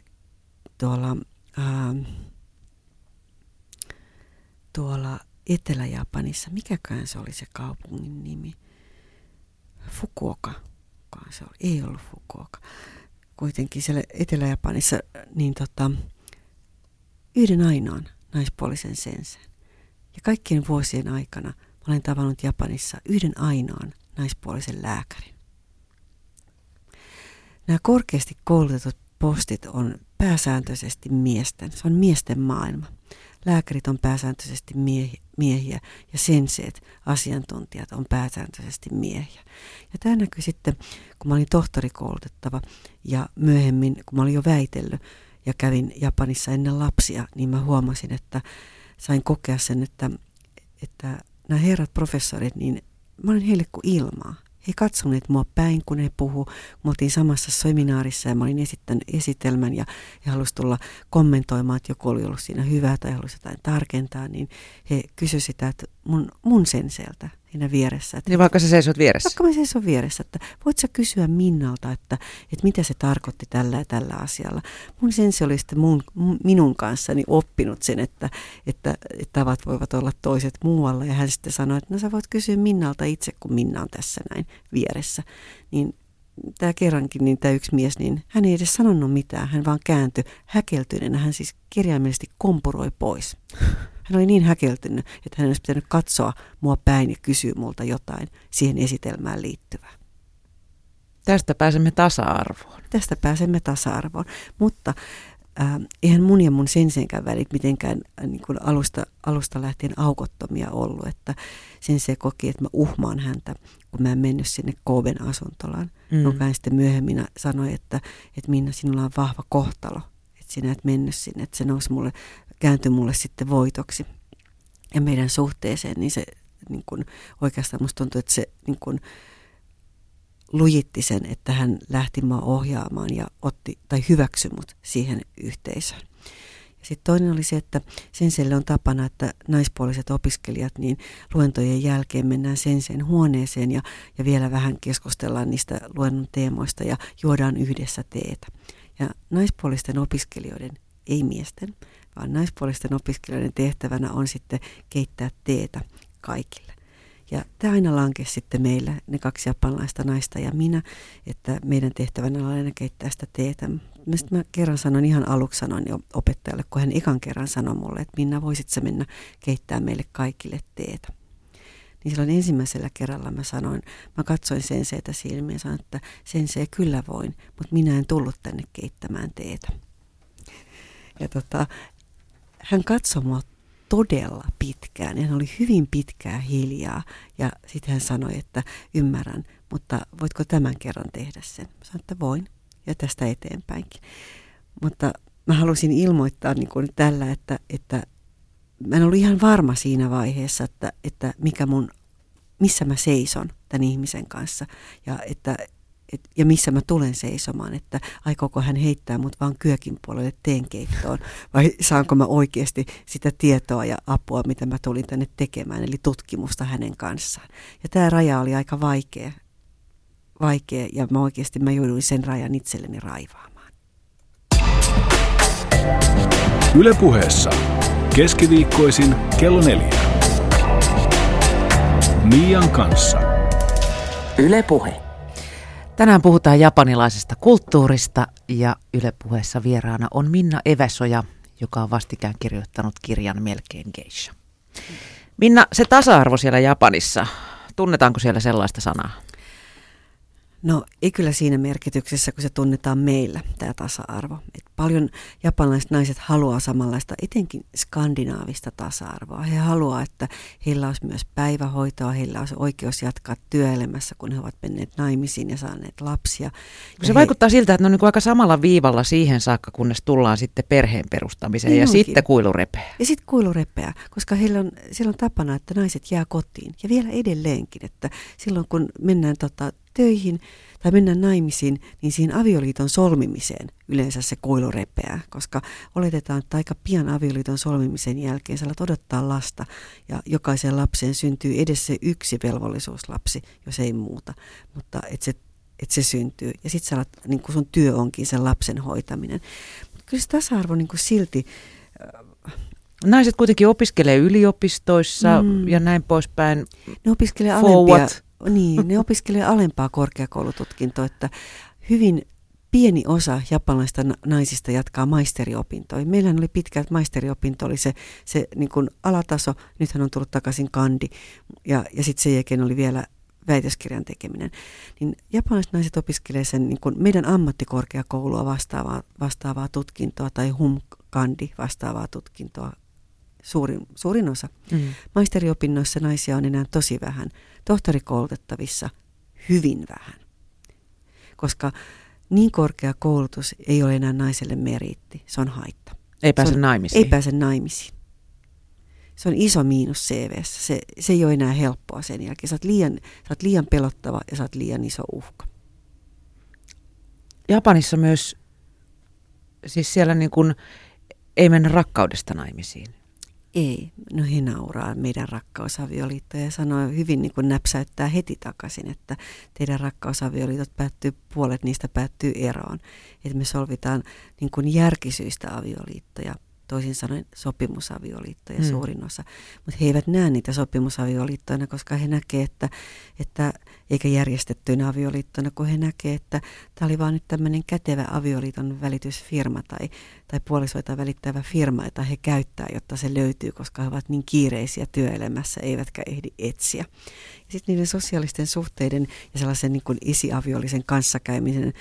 tuolla Etelä-Japanissa, mikäkään se oli se kaupungin nimi? Fukuoka. Se oli. Ei ollut Fukuoka. Kuitenkin siellä Etelä-Japanissa niin yhden ainoan naispuolisen senseen. Ja kaikkien vuosien aikana mä olen tavannut Japanissa yhden ainoan naispuolisen lääkärin. Nämä korkeasti koulutetut postit on pääsääntöisesti miesten. Se on miesten maailma. Lääkärit on pääsääntöisesti miehiä ja senseet, asiantuntijat on pääsääntöisesti miehiä. Ja tämä näkyy sitten, kun mä olin tohtorikoulutettava ja myöhemmin, kun mä olin jo väitellyt ja kävin Japanissa ennen lapsia, niin mä huomasin, että sain kokea sen, että nämä herrat professorit, niin mä olin heille kuin ilmaa. He katsoneet mua päin, kun he puhuu. Me oltiin samassa seminaarissa ja mä olin esittänyt esitelmän ja he halusivat tulla kommentoimaan, että joku oli ollut siinä hyvää tai halusi jotain tarkentaa. Niin he kysyivät sitä, että mun senseeltä, siinä vieressä. Niin vaikka sä seisot vieressä? Vaikka mä seison vieressä, että voit sä kysyä Minnalta, että mitä se tarkoitti tällä ja tällä asialla. Mun sensi oli sitten minun kanssani oppinut sen, että tavat voivat olla toiset muualla. Ja hän sitten sanoi, että no sä voit kysyä Minnalta itse, kun Minna on tässä näin vieressä. Niin tämä kerrankin, niin tämä yksi mies, niin hän ei edes sanonut mitään. Hän vaan kääntyi häkeltyneenä. Hän siis kirjaimellisesti kompuroi pois. Hän oli niin häkeltynyt, että hän olisi pitänyt katsoa mua päin ja kysyä multa jotain siihen esitelmään liittyvää. Tästä pääsemme tasa-arvoon. Tästä pääsemme tasa-arvoon, mutta eihän mun ja mun senseenkään välit mitenkään niin kuin alusta lähtien aukottomia ollut, että sensei koki, että mä uhmaan häntä, kun mä en mennyt sinne Kooben asuntolaan. Hän sitten myöhemmin sanoi, että Minna, sinulla on vahva kohtalo, että sinä et mennyt sinne, että se kääntyi mulle sitten voitoksi. Ja meidän suhteeseen, niin se niin kuin, oikeastaan musta tuntui, että se niin kuin, lujitti sen, että hän lähti mua ohjaamaan ja hyväksyi mut siihen yhteisöön. Ja sitten toinen oli se, että senseille on tapana, että naispuoliset opiskelijat, niin luentojen jälkeen mennään senseen huoneeseen ja vielä vähän keskustellaan niistä luennon teemoista ja juodaan yhdessä teetä. Ja naispuolisten opiskelijoiden, ei miesten, vaan naispuolisten opiskelijoiden tehtävänä on sitten keittää teetä kaikille. Ja tämä aina lankesi sitten meillä, ne 2 japanilaista naista ja minä, että meidän tehtävänä on aina keittää sitä teetä. Mä kerran ihan aluksi sanoin jo opettajalle, kun hän ekan kerran sanoi mulle, että Minna, voisit sä mennä keittää meille kaikille teetä. Niin silloin ensimmäisellä kerralla mä katsoin senseitä silmiin ja sanoin, että sensei kyllä voin, mutta minä en tullut tänne keittämään teetä. Ja hän katsoi mua todella pitkään. Hän oli hyvin pitkään hiljaa ja sitten hän sanoi, että ymmärrän, mutta voitko tämän kerran tehdä sen? Mä sanoin, että voin ja tästä eteenpäinkin. Mutta mä halusin ilmoittaa niin kuin tällä, että mä en ollut ihan varma siinä vaiheessa, että missä mä seison tämän ihmisen kanssa ja missä mä tulen seisomaan, että aikooko hän heittää mut vaan kyökin puolelle teenkeittoon vai saanko mä oikeasti sitä tietoa ja apua, mitä mä tulin tänne tekemään, eli tutkimusta hänen kanssaan. Ja tämä raja oli aika vaikea ja mä jouduin sen rajan itselleni raivaamaan. Yle Puheessa. Keskiviikkoisin kello 4. Mian kanssa. Yle Puhe. Tänään puhutaan japanilaisesta kulttuurista ja Yle Puheessa vieraana on Minna Eväsoja, joka on vastikään kirjoittanut kirjan Melkein geisha. Minna, se tasa-arvo siellä Japanissa, tunnetaanko siellä sellaista sanaa? No ei kyllä siinä merkityksessä, kun se tunnetaan meillä, tämä tasa-arvo. Et paljon japanilaiset naiset haluaa samanlaista, etenkin skandinaavista tasa-arvoa. He haluaa, että heillä olisi myös päivähoitoa, heillä olisi oikeus jatkaa työelämässä, kun he ovat menneet naimisiin ja saaneet lapsia. Se vaikuttaa siltä, että ne on niin aika samalla viivalla siihen saakka, kunnes tullaan sitten perheen perustamiseen niin ja onkin. Sitten kuilu repeää. Ja sitten kuilu repeää, koska siellä on tapana, että naiset jää kotiin. Ja vielä edelleenkin, että silloin kun mennään töihin tai mennään naimisiin, niin siihen avioliiton solmimiseen yleensä se kuilu repeää, koska oletetaan, että aika pian avioliiton solmimisen jälkeen sä alat odottaa lasta ja jokaisen lapseen syntyy edes se yksi velvollisuuslapsi, jos ei muuta, mutta että se syntyy. Ja sitten niin sun työ onkin sen lapsen hoitaminen. Mutta kyllä se tasa-arvo niin silti... Naiset kuitenkin opiskelee yliopistoissa ja näin poispäin. Ne opiskelee alempia. Niin, ne opiskelee alempaa korkeakoulututkintoa, että hyvin pieni osa japanilaisista naisista jatkaa maisteriopintoja. Meillähän oli pitkään, että maisteriopinto oli se niin kuin alataso, nythän on tullut takaisin kandi ja sitten sen jälkeen oli vielä väitöskirjan tekeminen. Niin japanilaiset naiset opiskelee sen niin kuin meidän ammattikorkeakoulua vastaavaa tutkintoa tai hum-kandi vastaavaa tutkintoa. Suurin osa. Maisteriopinnoissa naisia on enää tosi vähän. Tohtorikoulutettavissa hyvin vähän. Koska niin korkea koulutus ei ole enää naiselle meriitti. Se on haitta. Ei pääse naimisiin. Ei pääse naimisiin. Se on iso miinus CV:ssä. Se ei ole enää helppoa sen jälkeen. Sä oot liian pelottava ja sä oot liian iso uhka. Japanissa myös, siis siellä niin kuin ei mennä rakkaudesta naimisiin. Ei, no he nauraa meidän rakkausavioliittoja ja sanoo hyvin niin kuin näpsäyttää heti takaisin, että teidän rakkausavioliitot puolet niistä päättyy eroon. Että me solvitaan niin kuin järkisyistä avioliittoja, toisin sanoen sopimusavioliittoja suurin osa. Mutta he eivät näe niitä sopimusavioliittoina, koska he näkee, että eikä järjestettyinä avioliittoina, kun he näkee, että tämä oli vaan nyt tämmöinen kätevä avioliiton välitysfirma tai puolisoita välittävä firma, jota he käyttää, jotta se löytyy, koska he ovat niin kiireisiä työelämässä, eivätkä ehdi etsiä. Ja sitten niiden sosiaalisten suhteiden ja sellaisen niin kuin esiaviollisen kanssakäyminen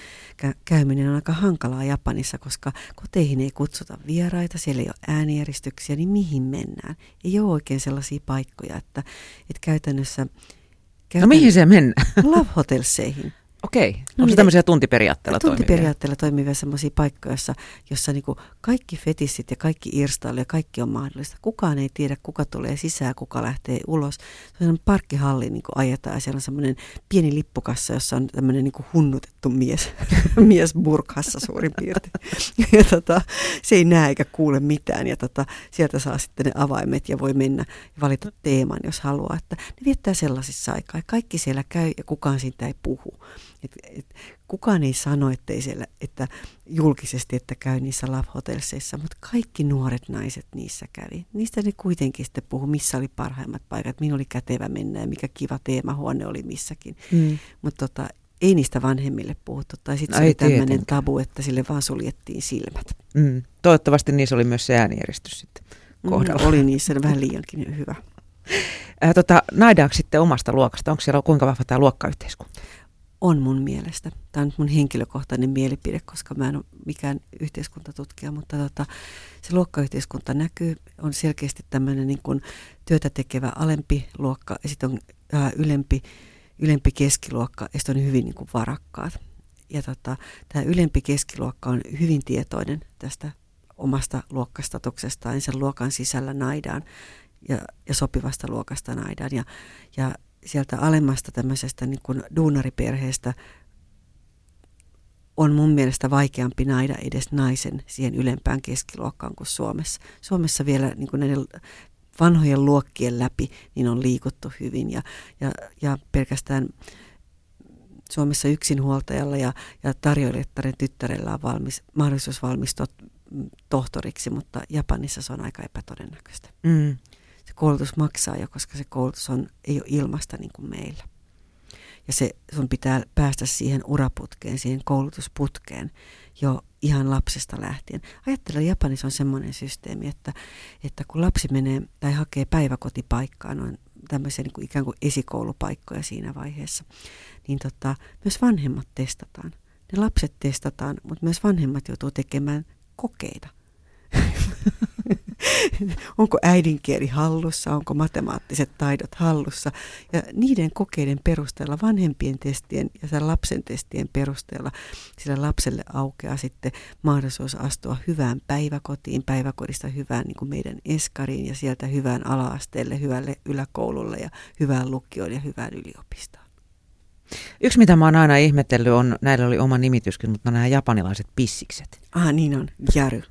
on aika hankalaa Japanissa, koska koteihin ei kutsuta vieraita, siellä ei ole äänieristyksiä, niin mihin mennään? Ei ole oikein sellaisia paikkoja, että käytännössä... No mihin se mennään? Love hotelseihin. Okei. Onko se tämmöisiä tuntiperiaatteella toimivia? Tuntiperiaatteella toimivia sellaisia paikkoja, jossa niin kuin kaikki fetissit ja kaikki irstailu ja kaikki on mahdollista. Kukaan ei tiedä, kuka tulee sisään, kuka lähtee ulos. Se on sellainen parkkihalli, niin kuin ajetaan ja siellä on semmoinen pieni lippukassa, jossa on tämmöinen niin kuin hunnutettu mies burkassa suurin piirtein. Ja se ei näe eikä kuule mitään ja sieltä saa sitten ne avaimet ja voi mennä ja valita teeman, jos haluaa. Että ne viettää sellaisissa aikaa. Kaikki siellä käy ja kukaan siitä ei puhu. Kukaan ei sano, että julkisesti, että käy niissä love-hotelseissa, mutta kaikki nuoret naiset niissä kävi. Niistä ne kuitenkin sitten puhu, missä oli parhaimmat paikat, minun oli kätevä mennä ja mikä kiva teemahuone oli missäkin. Mutta ei niistä vanhemmille puhuttu. Tai sitten se oli tämmöinen tabu, että sille vaan suljettiin silmät. Toivottavasti niissä oli myös se äänieristys sitten kohdalla. Oli niissä vähän liiankin hyvä. Naidaanko sitten omasta luokasta? Onko siellä kuinka vahva tämä luokkayhteiskunta? On mun mielestä. Tämä on nyt mun henkilökohtainen mielipide, koska mä en ole mikään yhteiskuntatutkija, mutta se luokkayhteiskunta näkyy. On selkeästi tämmöinen niin kuin työtä tekevä alempi luokka ja sitten on ylempi keskiluokka ja sitten on hyvin niin kuin varakkaat. Ja tämä ylempi keskiluokka on hyvin tietoinen tästä omasta luokkastatuksestaan, sen luokan sisällä naidaan ja sopivasta luokasta naidaan. Ja sieltä alemmasta tämmöisestä niin kuin duunariperheestä on mun mielestä vaikeampi naida edes naisen siihen ylempään keskiluokkaan kuin Suomessa. Suomessa vielä niin kuin näiden vanhojen luokkien läpi niin on liikuttu hyvin ja pelkästään Suomessa yksinhuoltajalla ja tarjoilijattaren tyttärellä on mahdollisuus valmistua tohtoriksi, mutta Japanissa se on aika epätodennäköistä. Se koulutus maksaa jo, koska se koulutus ei ole ilmasta niin kuin meillä. Ja sun pitää päästä siihen uraputkeen, siihen koulutusputkeen jo ihan lapsesta lähtien. Ajattelen, Japanissa on semmoinen systeemi, että kun lapsi menee tai hakee päiväkotipaikkaa, noin tämmöisiä niin kuin ikään kuin esikoulupaikkoja siinä vaiheessa, niin myös vanhemmat testataan. Ne lapset testataan, mutta myös vanhemmat joutuu tekemään kokeita. Onko äidinkieli hallussa, onko matemaattiset taidot hallussa. Ja niiden kokeiden perusteella, vanhempien testien ja sen lapsen testien perusteella, sillä lapselle aukeaa sitten mahdollisuus astua hyvään päiväkotiin, päiväkodista hyvään niin kuin meidän eskariin ja sieltä hyvään ala-asteelle, hyvälle yläkoululle ja hyvään lukioon ja hyvään yliopistoon. Yksi, mitä mä oon aina ihmetellyt, näillä oli oma nimityskin, mutta nämä japanilaiset pissikset. Niin on, jaru.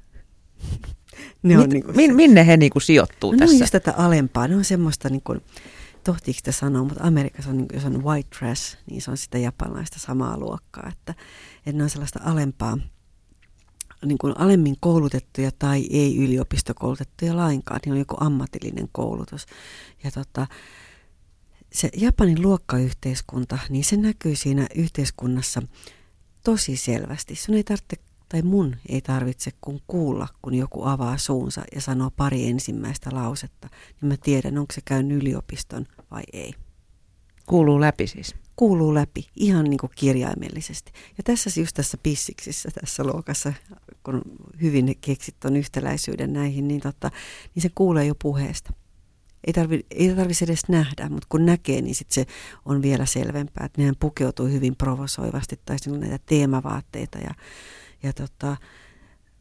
Minne he niinku sijoittuu tässä? Ne on just tätä alempaa. Ne on semmoista, niin kuin, tohtiiko sitä sanoa, mutta Amerikassa on, jos on white trash, niin se on sitä japanilaista samaa luokkaa. Että ne on sellaista alempaa, niin kuin alemmin koulutettuja tai ei yliopistokoulutettuja lainkaan. Niin on joku ammatillinen koulutus. Ja se Japanin luokkayhteiskunta, niin se näkyy siinä yhteiskunnassa tosi selvästi. Sun ei tarvitse tai mun ei tarvitse kun kuulla, kun joku avaa suunsa ja sanoo pari ensimmäistä lausetta, niin mä tiedän, onko se käynyt yliopiston vai ei. Kuuluu läpi siis? Kuuluu läpi, ihan niin kuin kirjaimellisesti. Ja tässä pissiksissä, tässä luokassa, kun hyvin keksit on yhtäläisyyden näihin, niin se kuulee jo puheesta. Ei tarvitse edes nähdä, mutta kun näkee, niin sit se on vielä selvempää, että nehän pukeutuu hyvin provosoivasti tai näitä teemavaatteita ja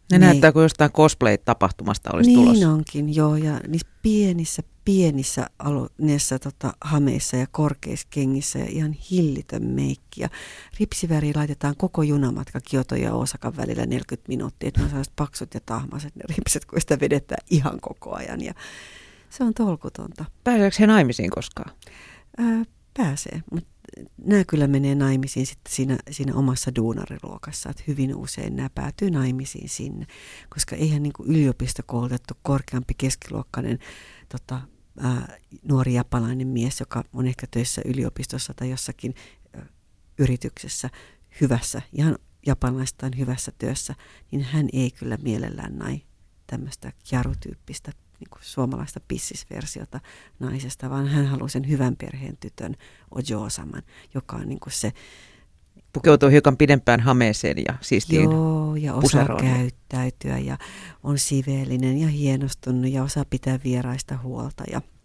Ne näyttää kuin jostain cosplay-tapahtumasta olisi tulossa. Niin onkin, joo. Ja niissä pienissä hameissa ja korkeissa kengissä ja ihan hillitön meikki. Ja ripsiväriä laitetaan koko junamatka Kioton ja Osakan välillä 40 minuuttia. Että ne on sellaiset paksut ja tahmaset ne ripset, kun sitä vedetään ihan koko ajan. Ja se on tolkutonta. Pääseekö he naimisiin koskaan? Pääsee, mutta nämä kyllä menee naimisiin sitten siinä omassa duunariluokassa, että hyvin usein nämä päätyy naimisiin sinne, koska eihän niin kuin yliopistokoulutettu korkeampi keskiluokkainen nuori japanilainen mies, joka on ehkä töissä yliopistossa tai jossakin yrityksessä hyvässä, ihan japanilaistaan hyvässä työssä, niin hän ei kyllä mielellään näin tämmöistä kjarutyyppistä niin kuin suomalaista pissisversiota naisesta, vaan hän haluaa sen hyvän perheen tytön ojo-osaman, joka on niin kuin se... Pukeutuu hiukan pidempään hameeseen ja siistiin. Joo, ja osaa käyttäytyä ja on siveellinen ja hienostunut ja osaa pitää vieraista huolta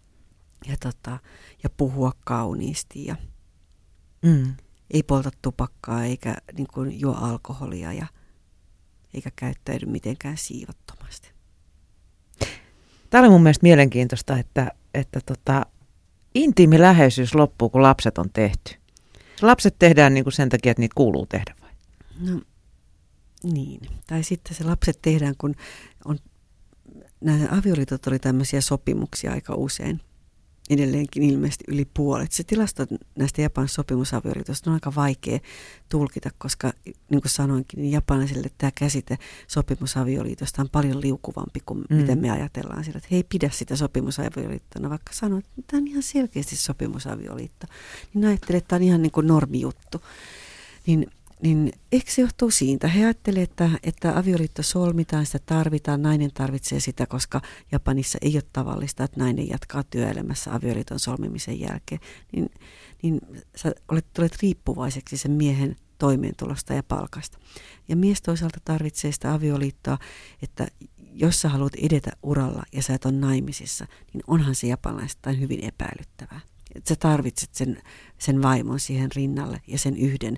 ja puhua kauniisti ja ei polta tupakkaa eikä niin kuin juo alkoholia eikä käyttäydy mitenkään siivottomasti. Tämä oli mun mielestä mielenkiintoista, että intiimi läheisyys loppuu, kun lapset on tehty. Lapset tehdään niin kuin sen takia, että niitä kuuluu tehdä vai? No niin. Tai sitten se lapset tehdään, kun nämä avioliitot oli tämmöisiä sopimuksia aika usein. Edelleenkin ilmeisesti yli puolet. Se tilasto näistä Japanin sopimusavioliitosta on aika vaikea tulkita, koska niin kuin sanoinkin, niin japanilaisille tämä käsite sopimusavioliitosta on paljon liukuvampi kuin miten me ajatellaan sillä, että he ei pidä sitä sopimusavioliittona, vaikka sanoo, että tämä on ihan selkeästi sopimusavioliitto. Niin ajattelee, että tämä on ihan niin kuin normijuttu. Niin eikö se johtuu siitä? He ajattelevat, että avioliitto solmitaan, sitä tarvitaan, nainen tarvitsee sitä, koska Japanissa ei ole tavallista, että nainen jatkaa työelämässä avioliiton solmimisen jälkeen. Niin sä tulet riippuvaiseksi sen miehen toimeentulosta ja palkasta. Ja mies toisaalta tarvitsee sitä avioliittoa, että jos sä haluat edetä uralla ja sä et ole naimisissa, niin onhan se japanilaistain hyvin epäilyttävää. Että sä tarvitset sen vaimon siihen rinnalle ja sen yhden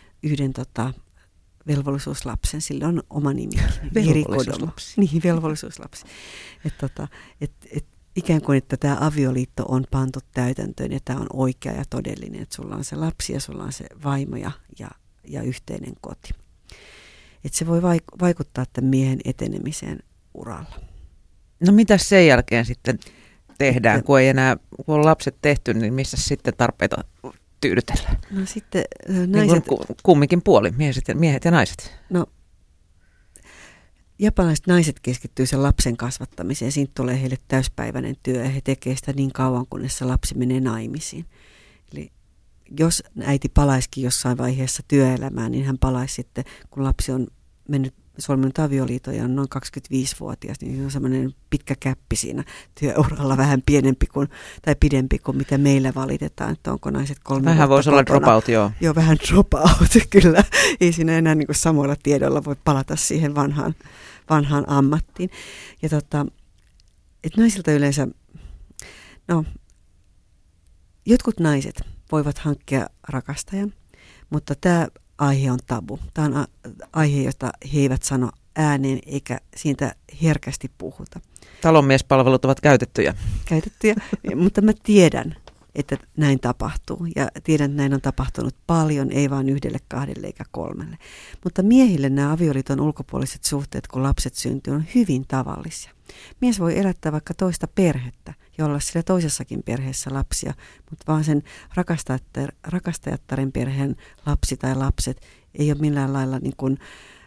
velvollisuuslapsen, sillä on oma nimi. Velvollisuuslapsi. Niin, velvollisuuslapsi. Ikään kuin, että tämä avioliitto on pantu täytäntöön ja tämä on oikea ja todellinen, että sulla on se lapsi ja sulla on se vaimo ja yhteinen koti. Että se voi vaikuttaa tämän miehen etenemiseen uralla. No mitäs sen jälkeen sitten tehdään, kun on lapset tehty, niin missä sitten tarpeita tyydytellään? No sitten naiset... Niin kumminkin puoli, miehet ja naiset. No, japanilaiset naiset keskittyy sen lapsen kasvattamiseen. Siitä tulee heille täyspäiväinen työ ja he tekevät sitä niin kauan, kunnes se lapsi menee naimisiin. Eli jos äiti palaisikin jossain vaiheessa työelämään, niin hän palaisi sitten, kun lapsi on solminut avioliiton ja on noin 25-vuotias, niin on semmoinen pitkä käppi siinä työuralla, vähän pidempi kuin mitä meillä valitetaan, että onko naiset 3 vuotta vähän voisi olla kotona. dropout, joo. Joo, vähän dropout, kyllä. Ei siinä enää niin kuin samoilla tiedoilla voi palata siihen vanhaan ammattiin. Ja että naisilta yleensä, no, jotkut naiset voivat hankkia rakastajan, mutta tämä aihe on tabu. Tämä on aihe, jota he eivät sano ääneen eikä siitä herkästi puhuta. Talonmiespalvelut ovat käytettyjä, mutta mä tiedän, että näin tapahtuu. Ja tiedän, että näin on tapahtunut paljon, ei vain 1, 2 eikä 3. Mutta miehille nämä avioliiton ulkopuoliset suhteet, kun lapset syntyy, on hyvin tavallisia. Mies voi elättää vaikka toista perhettä ja olla sillä toisessakin perheessä lapsia, mutta vaan sen rakastajattaren perheen lapsi tai lapset ei ole millään lailla niin kuin,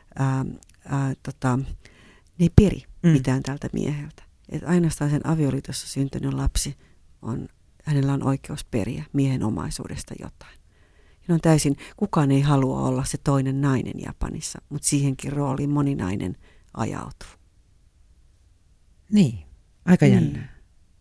ne ei peri mitään tältä mieheltä. Et ainoastaan sen avioliitossa syntynyt lapsi, hänellä on oikeus periä miehen omaisuudesta jotain. Ja on täysin, kukaan ei halua olla se toinen nainen Japanissa, mutta siihenkin rooliin moni nainen ajautuu. Niin, aika jännää.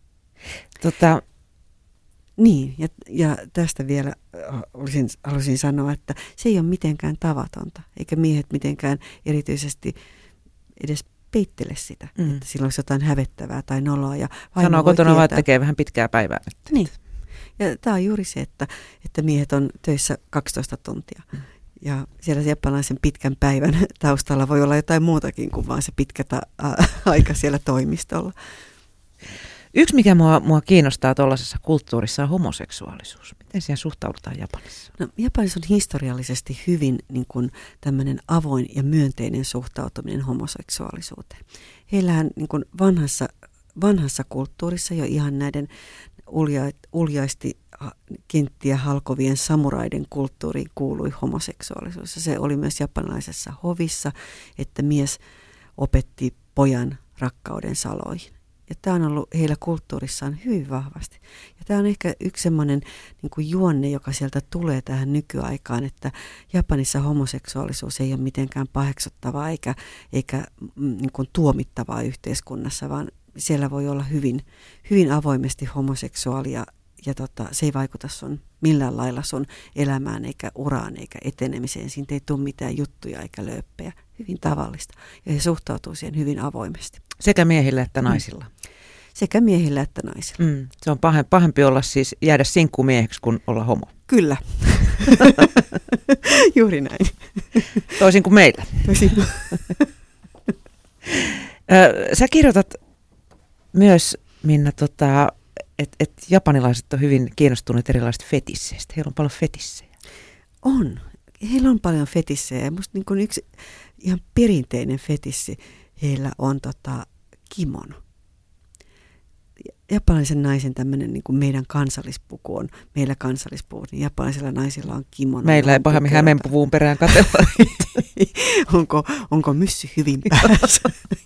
Niin, ja tästä vielä halusin sanoa, että se ei ole mitenkään tavatonta, eikä miehet mitenkään erityisesti edes peittele sitä, että sillä olisi jotain hävettävää tai noloa. Ja sanoo kotona vaan, että tekee vähän pitkää päivää. Niin, ja tämä on juuri se, että miehet on töissä 12 tuntia Ja siellä japanilaisen pitkän päivän taustalla voi olla jotain muutakin kuin vaan se pitkä aika siellä toimistolla. Yksi, mikä mua kiinnostaa tuollaisessa kulttuurissa, on homoseksuaalisuus. Miten siihen suhtaudutaan Japanissa? No, Japanissa on historiallisesti hyvin niin kuin tämmöinen avoin ja myönteinen suhtautuminen homoseksuaalisuuteen. Heillähän niin kuin vanhassa kulttuurissa jo ihan näiden uljaasti kenttiä halkovien samuraiden kulttuuriin kuului homoseksuaalisuus. Se oli myös japanilaisessa hovissa, että mies opetti pojan rakkauden saloihin. Ja tämä on ollut heillä kulttuurissaan hyvin vahvasti. Ja tämä on ehkä yksi semmoinen niin kuin juonne, joka sieltä tulee tähän nykyaikaan, että Japanissa homoseksuaalisuus ei ole mitenkään paheksuttavaa eikä niin kuin tuomittavaa yhteiskunnassa, vaan siellä voi olla hyvin avoimesti homoseksuaalia ja se ei vaikuta millään lailla sun elämään eikä uraan eikä etenemiseen. Siitä ei tule mitään juttuja eikä lööppejä. Hyvin tavallista. Ja he suhtautuu siihen hyvin avoimesti. Sekä miehillä että naisilla. Sekä miehillä että naisilla. Se on pahempi olla siis jäädä sinkkumieheksi kuin olla homo. Kyllä. Juuri näin. Toisin kuin meillä. Sä kirjoitat myös, Minna, että japanilaiset on hyvin kiinnostuneet erilaisista fetisseistä. Heillä on paljon fetissejä. On. Heillä on paljon fetissejä. Ja musta niin kuin yksi ihan perinteinen fetissi heillä on kimono. Japanilaisen naisen tämmöinen niin kuin meidän kansallispuku on, meillä kansallispuku, niin japanilaisilla naisilla on kimono. Meillä ei pahemmin hämeenpuvuun perään katsella. onko myssy hyvin päässä?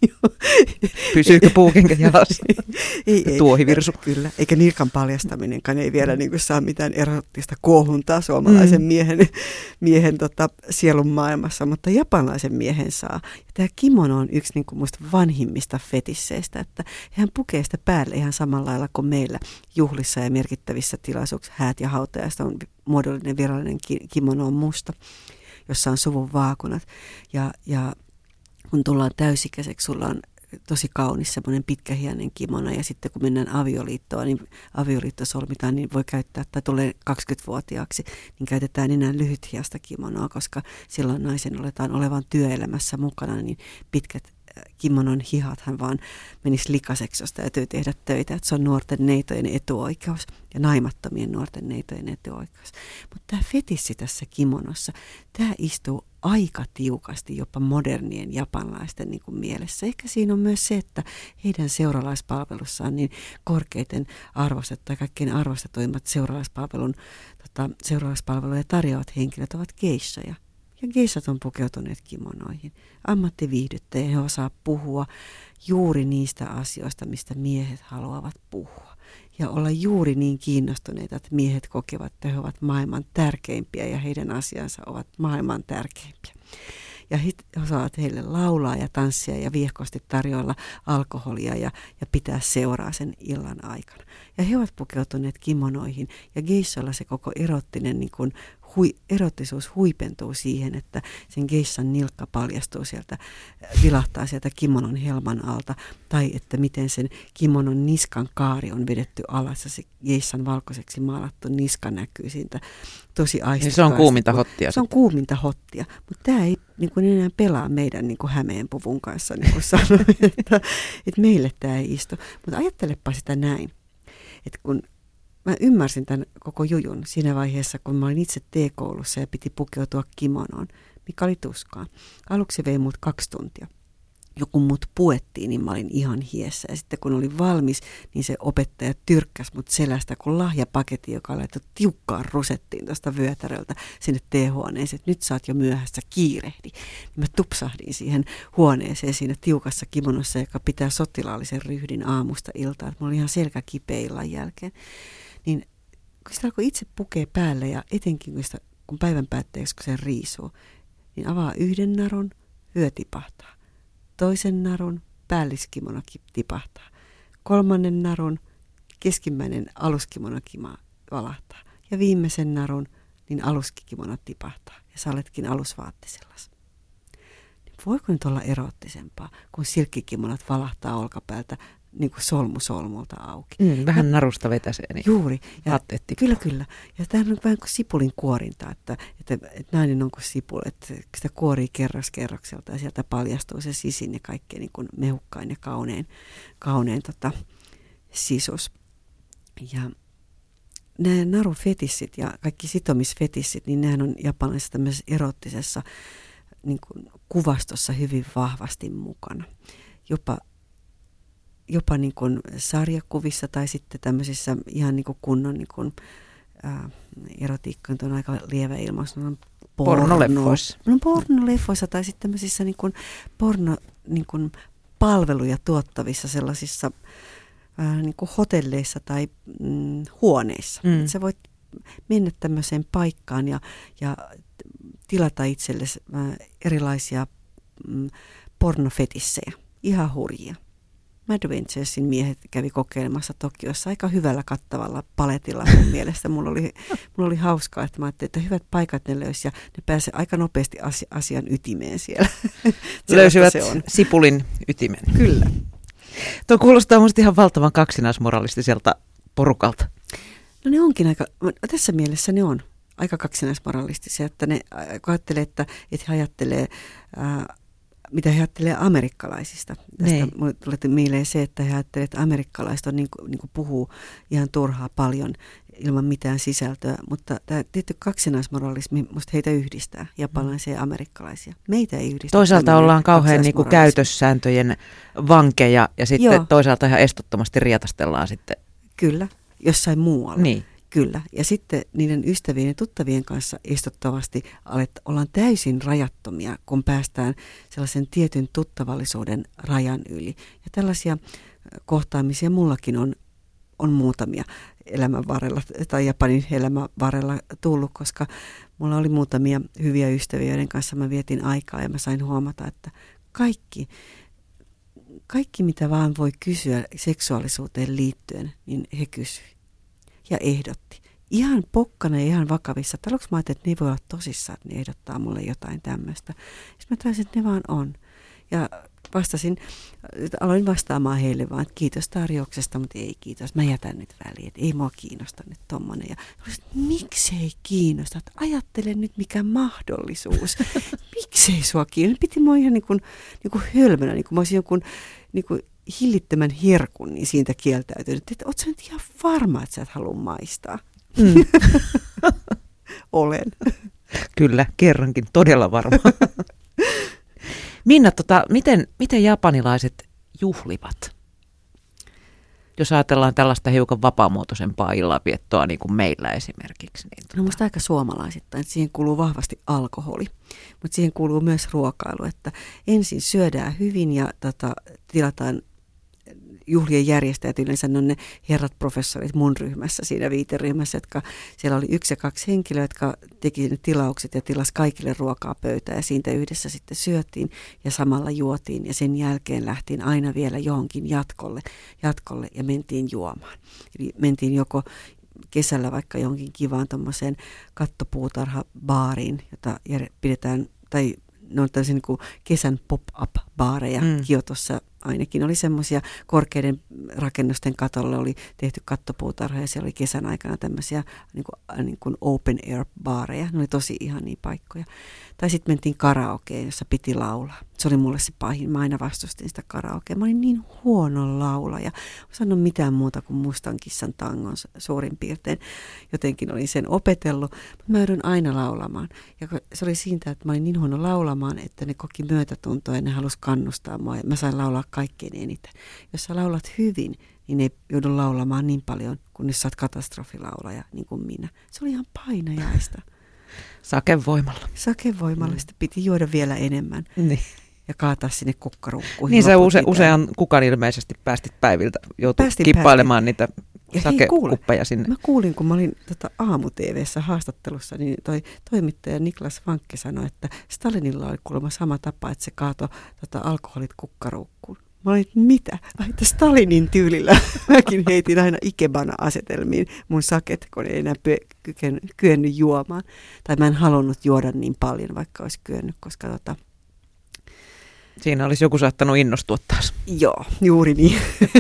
Pysyykö puukenkä jalassa? Ei, tuohivirsu. Kyllä, eikä nilkan paljastaminenkaan ei vielä niin kuin saa mitään erottista kuohuntaa suomalaisen miehen sielun maailmassa, mutta japanilaisen miehen saa. Ja tämä kimono on yksi niin kuin musta vanhimmista fetisseistä, että hän pukee sitä päälle ihan samalla lailla kuin meillä juhlissa ja merkittävissä tilaisuuksissa. Häät ja hautajasta on muodollinen virallinen kimono on musta, jossa on suvun vaakunat. Ja kun tullaan täysikäiseksi, sulla on tosi kaunis semmoinen pitkähiäinen kimono ja sitten kun mennään avioliittoon, niin avioliitto solmitaan, niin voi käyttää, tai tulee 20-vuotiaaksi, niin käytetään enää lyhythiasta kimonoa, koska silloin naisen oletaan olevan työelämässä mukana, niin pitkät kimonon hihathan vaan menisi likaiseksi, jos täytyy tehdä töitä. Että se on nuorten neitojen etuoikeus ja naimattomien nuorten neitojen etuoikeus. Mutta tämä fetissi tässä kimonossa, tämä istuu aika tiukasti jopa modernien japanlaisten niin kuin mielessä. Ehkä siinä on myös se, että heidän seuralaispalvelussaan niin korkeiten arvostettu tai kaikkein arvostetuimmat seuralaispalveluja tarjoavat henkilöt ovat geishoja. Ja geishat on pukeutuneet kimonoihin. Ammattiviihdyttäjä, he osaa puhua juuri niistä asioista, mistä miehet haluavat puhua. Ja olla juuri niin kiinnostuneita, että miehet kokevat, että he ovat maailman tärkeimpiä ja heidän asiansa ovat maailman tärkeimpiä. Ja he osaavat heille laulaa ja tanssia ja viehkosti tarjoilla alkoholia ja pitää seuraa sen illan aikana. Ja he ovat pukeutuneet kimonoihin ja geishoilla se koko erottinen niin kuin erottisuus huipentuu siihen, että sen geissan nilkka paljastuu sieltä, vilahtaa sieltä kimonon helman alta, tai että miten sen kimonon niskan kaari on vedetty alas ja se geissan valkoiseksi maalattu niska näkyy siitä tosi aistikkaasti. Se on kuuminta hottia. Se on kuuminta hottia, mutta tämä ei niin kuin enää pelaa meidän niin kuin Hämeenpuvun kanssa, niin kuin sanoin, että meille tämä ei istu. Mutta ajattelepa sitä näin, että kun mä ymmärsin tämän koko jujun siinä vaiheessa, kun mä olin itse T-koulussa ja piti pukeutua kimonoon, mikä oli tuskaa. Aluksi vei mut 2 tuntia. Joku mut puettiin, niin mä olin ihan hiessä. Ja sitten kun olin valmis, niin se opettaja tyrkkäsi mut selästä kuin lahjapaketti, joka laittoi tiukkaan rusettiin tuosta vyötäröltä sinne T-huoneeseen, että nyt sä oot jo myöhässä, kiirehdi. Niin mä tupsahdin siihen huoneeseen siinä tiukassa kimonossa, joka pitää sotilaallisen ryhdin aamusta iltaan. Että mulla oli ihan selkä kipeä illan jälkeen. Niin kun sitä alkoi itse pukea päälle ja etenkin kun päivän päätteeksi kun se riisuu, niin avaa 1 narun, vyö tipahtaa. 2 narun, päälliskimono tipahtaa. 3. narun, keskimmäinen aluskimono valahtaa. Ja viimeisen narun, niin aluskimono tipahtaa. Ja sä oletkin alusvaattisellas. Niin voiko nyt olla erottisempaa, kun silkkikimonot valahtaa olkapäältä niin kuin solmu solmulta auki. Vähän narusta vetäsee. Niin juuri. Ja kyllä. Ja tämä on vähän kuin sipulin kuorinta, että nainen on kuin sipuli, että sitä kuorii kerrokselta ja sieltä paljastuu se sisin ja kaikkein niin kuin mehukkain ja kaunein sisus. Ja nämä narufetissit ja kaikki sitomisfetissit, niin nehän on japanilaisessa tämmöisessä erottisessa niin kuin kuvastossa hyvin vahvasti mukana. Jopa niin kuin sarjakuvissa tai sitten tämmöisissä ihan niin kuin kunnon niin kuin, erotiikka on aika lievä ilmaus. Pornoleffoissa. Pornoleffoissa tai sitten tämmöisissä niin kuin niin kuin palveluja tuottavissa sellaisissa niin kuin hotelleissa tai huoneissa. Sä voit mennä tämmöiseen paikkaan ja tilata itsellesi erilaisia pornofetissejä. Ihan hurjia. Mad Venturesin miehet kävi kokeilemassa Tokiossa aika hyvällä kattavalla paletilla mun mielestä. Mulla oli hauskaa, että mä ajattelin, että hyvät paikat ne löysi ja ne pääsi aika nopeasti asian ytimeen siellä. Löysivät sipulin ytimen. Kyllä. Tuo kuulostaa musta ihan valtavan kaksinaismoralistiselta porukalta. No ne onkin tässä mielessä ne on aika kaksinaismoralistisia, että ne ajattelee, että he ajattelee, mitä he ajattelee amerikkalaisista. Tästä mulle tuli mieleen se, että he ajattelee, että amerikkalaiset on niin kuin puhuu ihan turhaa paljon ilman mitään sisältöä, mutta tämä tietty kaksinaismoralismi musta heitä yhdistää, japanilaisia ja amerikkalaisia. Meitä ei yhdistä. Toisaalta ollaan kauhean niin kuin käytössääntöjen vankeja ja sitten toisaalta ihan estottomasti riatastellaan sitten. Kyllä, jossain muualla. Niin. Kyllä. Ja sitten niiden ystävien ja tuttavien kanssa istuttavasti ollaan täysin rajattomia, kun päästään sellaisen tietyn tuttavallisuuden rajan yli. Ja tällaisia kohtaamisia mullakin on muutamia elämän varrella tai Japanin elämän varrella tullut, koska mulla oli muutamia hyviä ystäviä, joiden kanssa mä vietin aikaa ja mä sain huomata, että kaikki mitä vaan voi kysyä seksuaalisuuteen liittyen, niin he kysyivät. Ja ehdotti. Ihan pokkana ja ihan vakavissa. Aluksi mä ajattelin, että ne ei voi olla tosissaan, että ne ehdottaa mulle jotain tämmöistä. Sitten mä taisin, että ne vaan on. Ja aloin vastaamaan heille vaan, että kiitos tarjouksesta, mutta ei kiitos. Mä jätän nyt väliin, että ei mua kiinnosta nyt tommonen. Ja miksi ei kiinnosta? Ajattele nyt mikä mahdollisuus. Miksi ei sua kiinnosta? Piti mua ihan niin kuin hölmönä, niin kuin mä olisin jonkun niin kuin hillittömän herkun, niin siitä kieltäytynyt, että ootko sä nyt ihan varma, että sä et halua maistaa? Olen. Kyllä, kerrankin todella varma. Minna, miten japanilaiset juhlivat? Jos ajatellaan tällaista hiukan vapaamuotoisempaa illanviettoa, niin kuin meillä esimerkiksi. Niin No musta aika suomalaisittain, että siihen kuuluu vahvasti alkoholi, mutta siihen kuuluu myös ruokailu, että ensin syödään hyvin ja tilataan juhlien järjestäjät, yleensä ne on ne herrat professorit mun ryhmässä, siinä viiteryhmässä, jotka siellä oli 1 ja 2 henkilöä, jotka teki ne tilaukset ja tilasi kaikille ruokaa pöytään ja siitä yhdessä sitten syötiin ja samalla juotiin ja sen jälkeen lähtiin aina vielä johonkin jatkolle ja mentiin juomaan. Eli mentiin joko kesällä vaikka johonkin kivaan tuommoiseen kattopuutarha-baariin, jota pidetään, tai ne on tällaisia niin kuin kesän pop-up-baareja. Kiotossa ainakin oli semmoisia korkeiden rakennusten katolle oli tehty kattopuutarha ja siellä oli kesän aikana tämmöisiä niin kuin open air-baareja. Ne oli tosi ihania paikkoja. Tai sitten mentiin karaokeen, jossa piti laulaa. Se oli mulle se pahin. Mä aina vastustin sitä karaokea. Mä olin niin huono laulaja. Mä sanon mitään muuta kuin Mustan kissan tangon suurin piirtein. Jotenkin olin sen opetellut. Mä joudun aina laulamaan. Ja se oli siitä, että mä olin niin huono laulamaan, että ne koki myötätuntoa ja ne halusi kannustaa mua. Ja mä sain laulaa kaikkein eniten. Jos sä laulat hyvin, niin ei joudu laulamaan niin paljon, kun nyt sä oot katastrofilaulaja, niin kuin minä. Se oli ihan painajaista. Sakevoimalla. Sakevoimalla. Sitten piti juoda vielä enemmän. Niin. Ja kaataa sinne kukkaruukkuihin. Niin sä usean kukan ilmeisesti päästit päiviltä. Joutui kippailemaan niitä sakekuppeja sinne. Mä kuulin, kun mä olin aamu-tv:ssä haastattelussa, niin toi toimittaja Niklas Vankke sanoi, että Stalinilla oli kuulemma sama tapa, että se kaatoi alkoholit kukkaruukkuun. Mä olin, että mitä? Että Stalinin tyylillä. Mäkin heitin aina ikebana-asetelmiin mun saket, kun ei enää kyennyt juomaan. Tai mä en halunnut juoda niin paljon, vaikka olisi kyennyt, koska Siinä olisi joku saattanut innostua taas. Joo, juuri niin.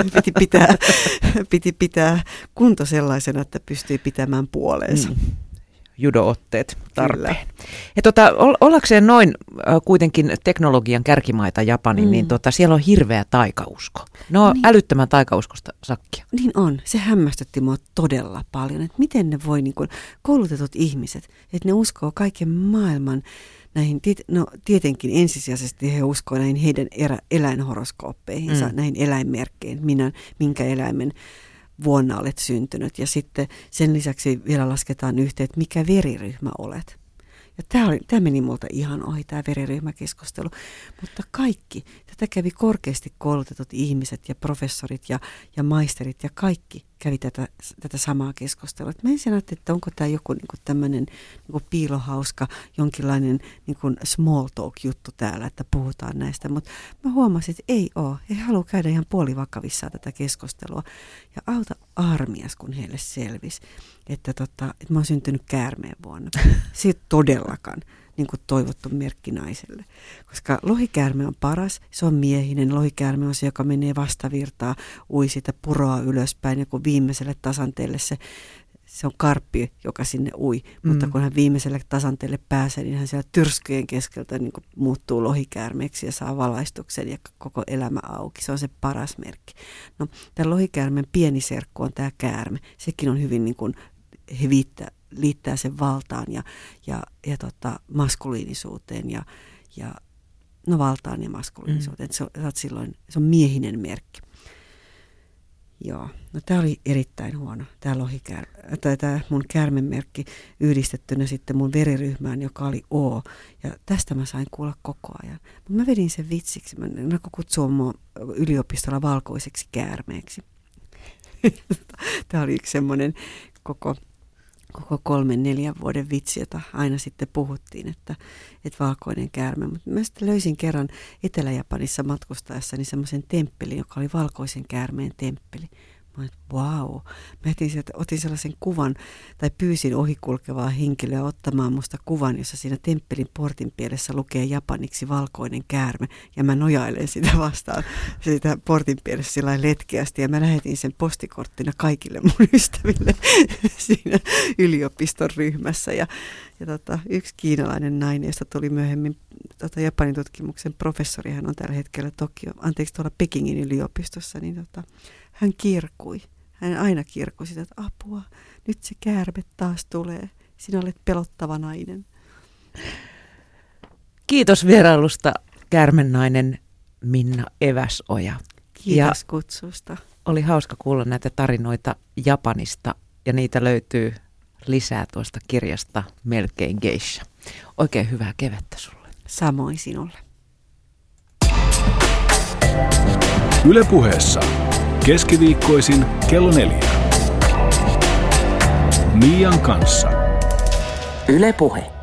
Piti pitää kunto sellaisena, että pystyy pitämään puoleensa. Judo-otteet tarpeen. Kyllä. Ja ollakseen noin kuitenkin teknologian kärkimaita Japani, niin siellä on hirveä taikausko. No niin. Älyttömän taikauskosta sakkia. Niin on. Se hämmästytti mua todella paljon, että miten ne voi niin kuin koulutetut ihmiset, että ne uskoo kaiken maailman näihin, no tietenkin ensisijaisesti he uskoo näihin heidän eläinhoroskooppeihinsa, näihin eläinmerkkeihin, minkä eläimen vuonna olet syntynyt. Ja sitten sen lisäksi vielä lasketaan yhteen, että mikä veriryhmä olet. Ja tämä meni multa ihan ohi, tämä veriryhmäkeskustelu. Mutta kaikki, tätä kävi korkeasti koulutetut ihmiset ja professorit ja maisterit ja kaikki kävi tätä samaa keskustelua. Mä ensin ajattelin, että onko tämä joku niin tämmöinen niin piilohauska, jonkinlainen niin small talk juttu täällä, että puhutaan näistä. Mutta mä huomasin, että ei ole. He haluaa käydä ihan puolivakavissaan tätä keskustelua. Ja auta armias, kun heille selvisi, että mä oon syntynyt käärmeen vuonna. Se ei todellakaan niin kuin toivottu merkki naiselle. Koska lohikäärme on paras, se on miehinen. Lohikäärme on se, joka menee vastavirtaa, ui sitä puroa ylöspäin, ja kun viimeiselle tasanteelle se on karppi, joka sinne ui. Mutta kun hän viimeiselle tasanteelle pääsee, niin hän siellä tyrskyjen keskeltä niin kuin muuttuu lohikäärmeeksi ja saa valaistuksen ja koko elämä auki. Se on se paras merkki. No, tämän lohikäärmen pieni serkku on tämä käärme. Sekin on hyvin niin kuin he liittää sen valtaan ja maskuliinisuuteen ja valtaan ja maskuliinisuuteen. Se on miehinen merkki. Joo, no tämä oli erittäin huono, tämä mun käärmemerkki yhdistettynä sitten mun veriryhmään, joka oli O. Ja tästä mä sain kuulla koko ajan. Mutta mä vedin sen vitsiksi, mä kutsuin mua yliopistolla valkoiseksi käärmeeksi. Tämä oli yksi semmoinen koko 3-4 vuoden vitsi, jota aina sitten puhuttiin, että valkoinen käärme. Mutta mä sitten löysin kerran Etelä-Japanissa matkustaessani semmoisen temppelin, joka oli valkoisen käärmeen temppeli. Mä olin, vau. Mä otin sellaisen kuvan, tai pyysin ohikulkevaa henkilöä ottamaan musta kuvan, jossa siinä temppelin portin pielessä lukee japaniksi valkoinen käärme. Ja mä nojailen sitä vastaan, sitä portin pielessä sillä letkeästi. Ja mä lähetin sen postikorttina kaikille mun ystäville siinä yliopiston ryhmässä. Ja yksi kiinalainen nainen, josta tuli myöhemmin Japanin tutkimuksen professori, hän on tällä hetkellä tuolla Pekingin yliopistossa, niin hän kirkui. Hän aina kirkui sitä, että apua, nyt se käärme taas tulee. Sinä olet pelottava nainen. Kiitos vierailusta, käärmennainen Minna Eväsoja. Kiitos kutsusta. Oli hauska kuulla näitä tarinoita Japanista ja niitä löytyy lisää tuosta kirjasta Melkein geisha. Oikein hyvää kevättä sulle. Samoin sinulle. Yle Puheessa. Keskiviikkoisin kello 4. Mian kanssa. Yle Puhe.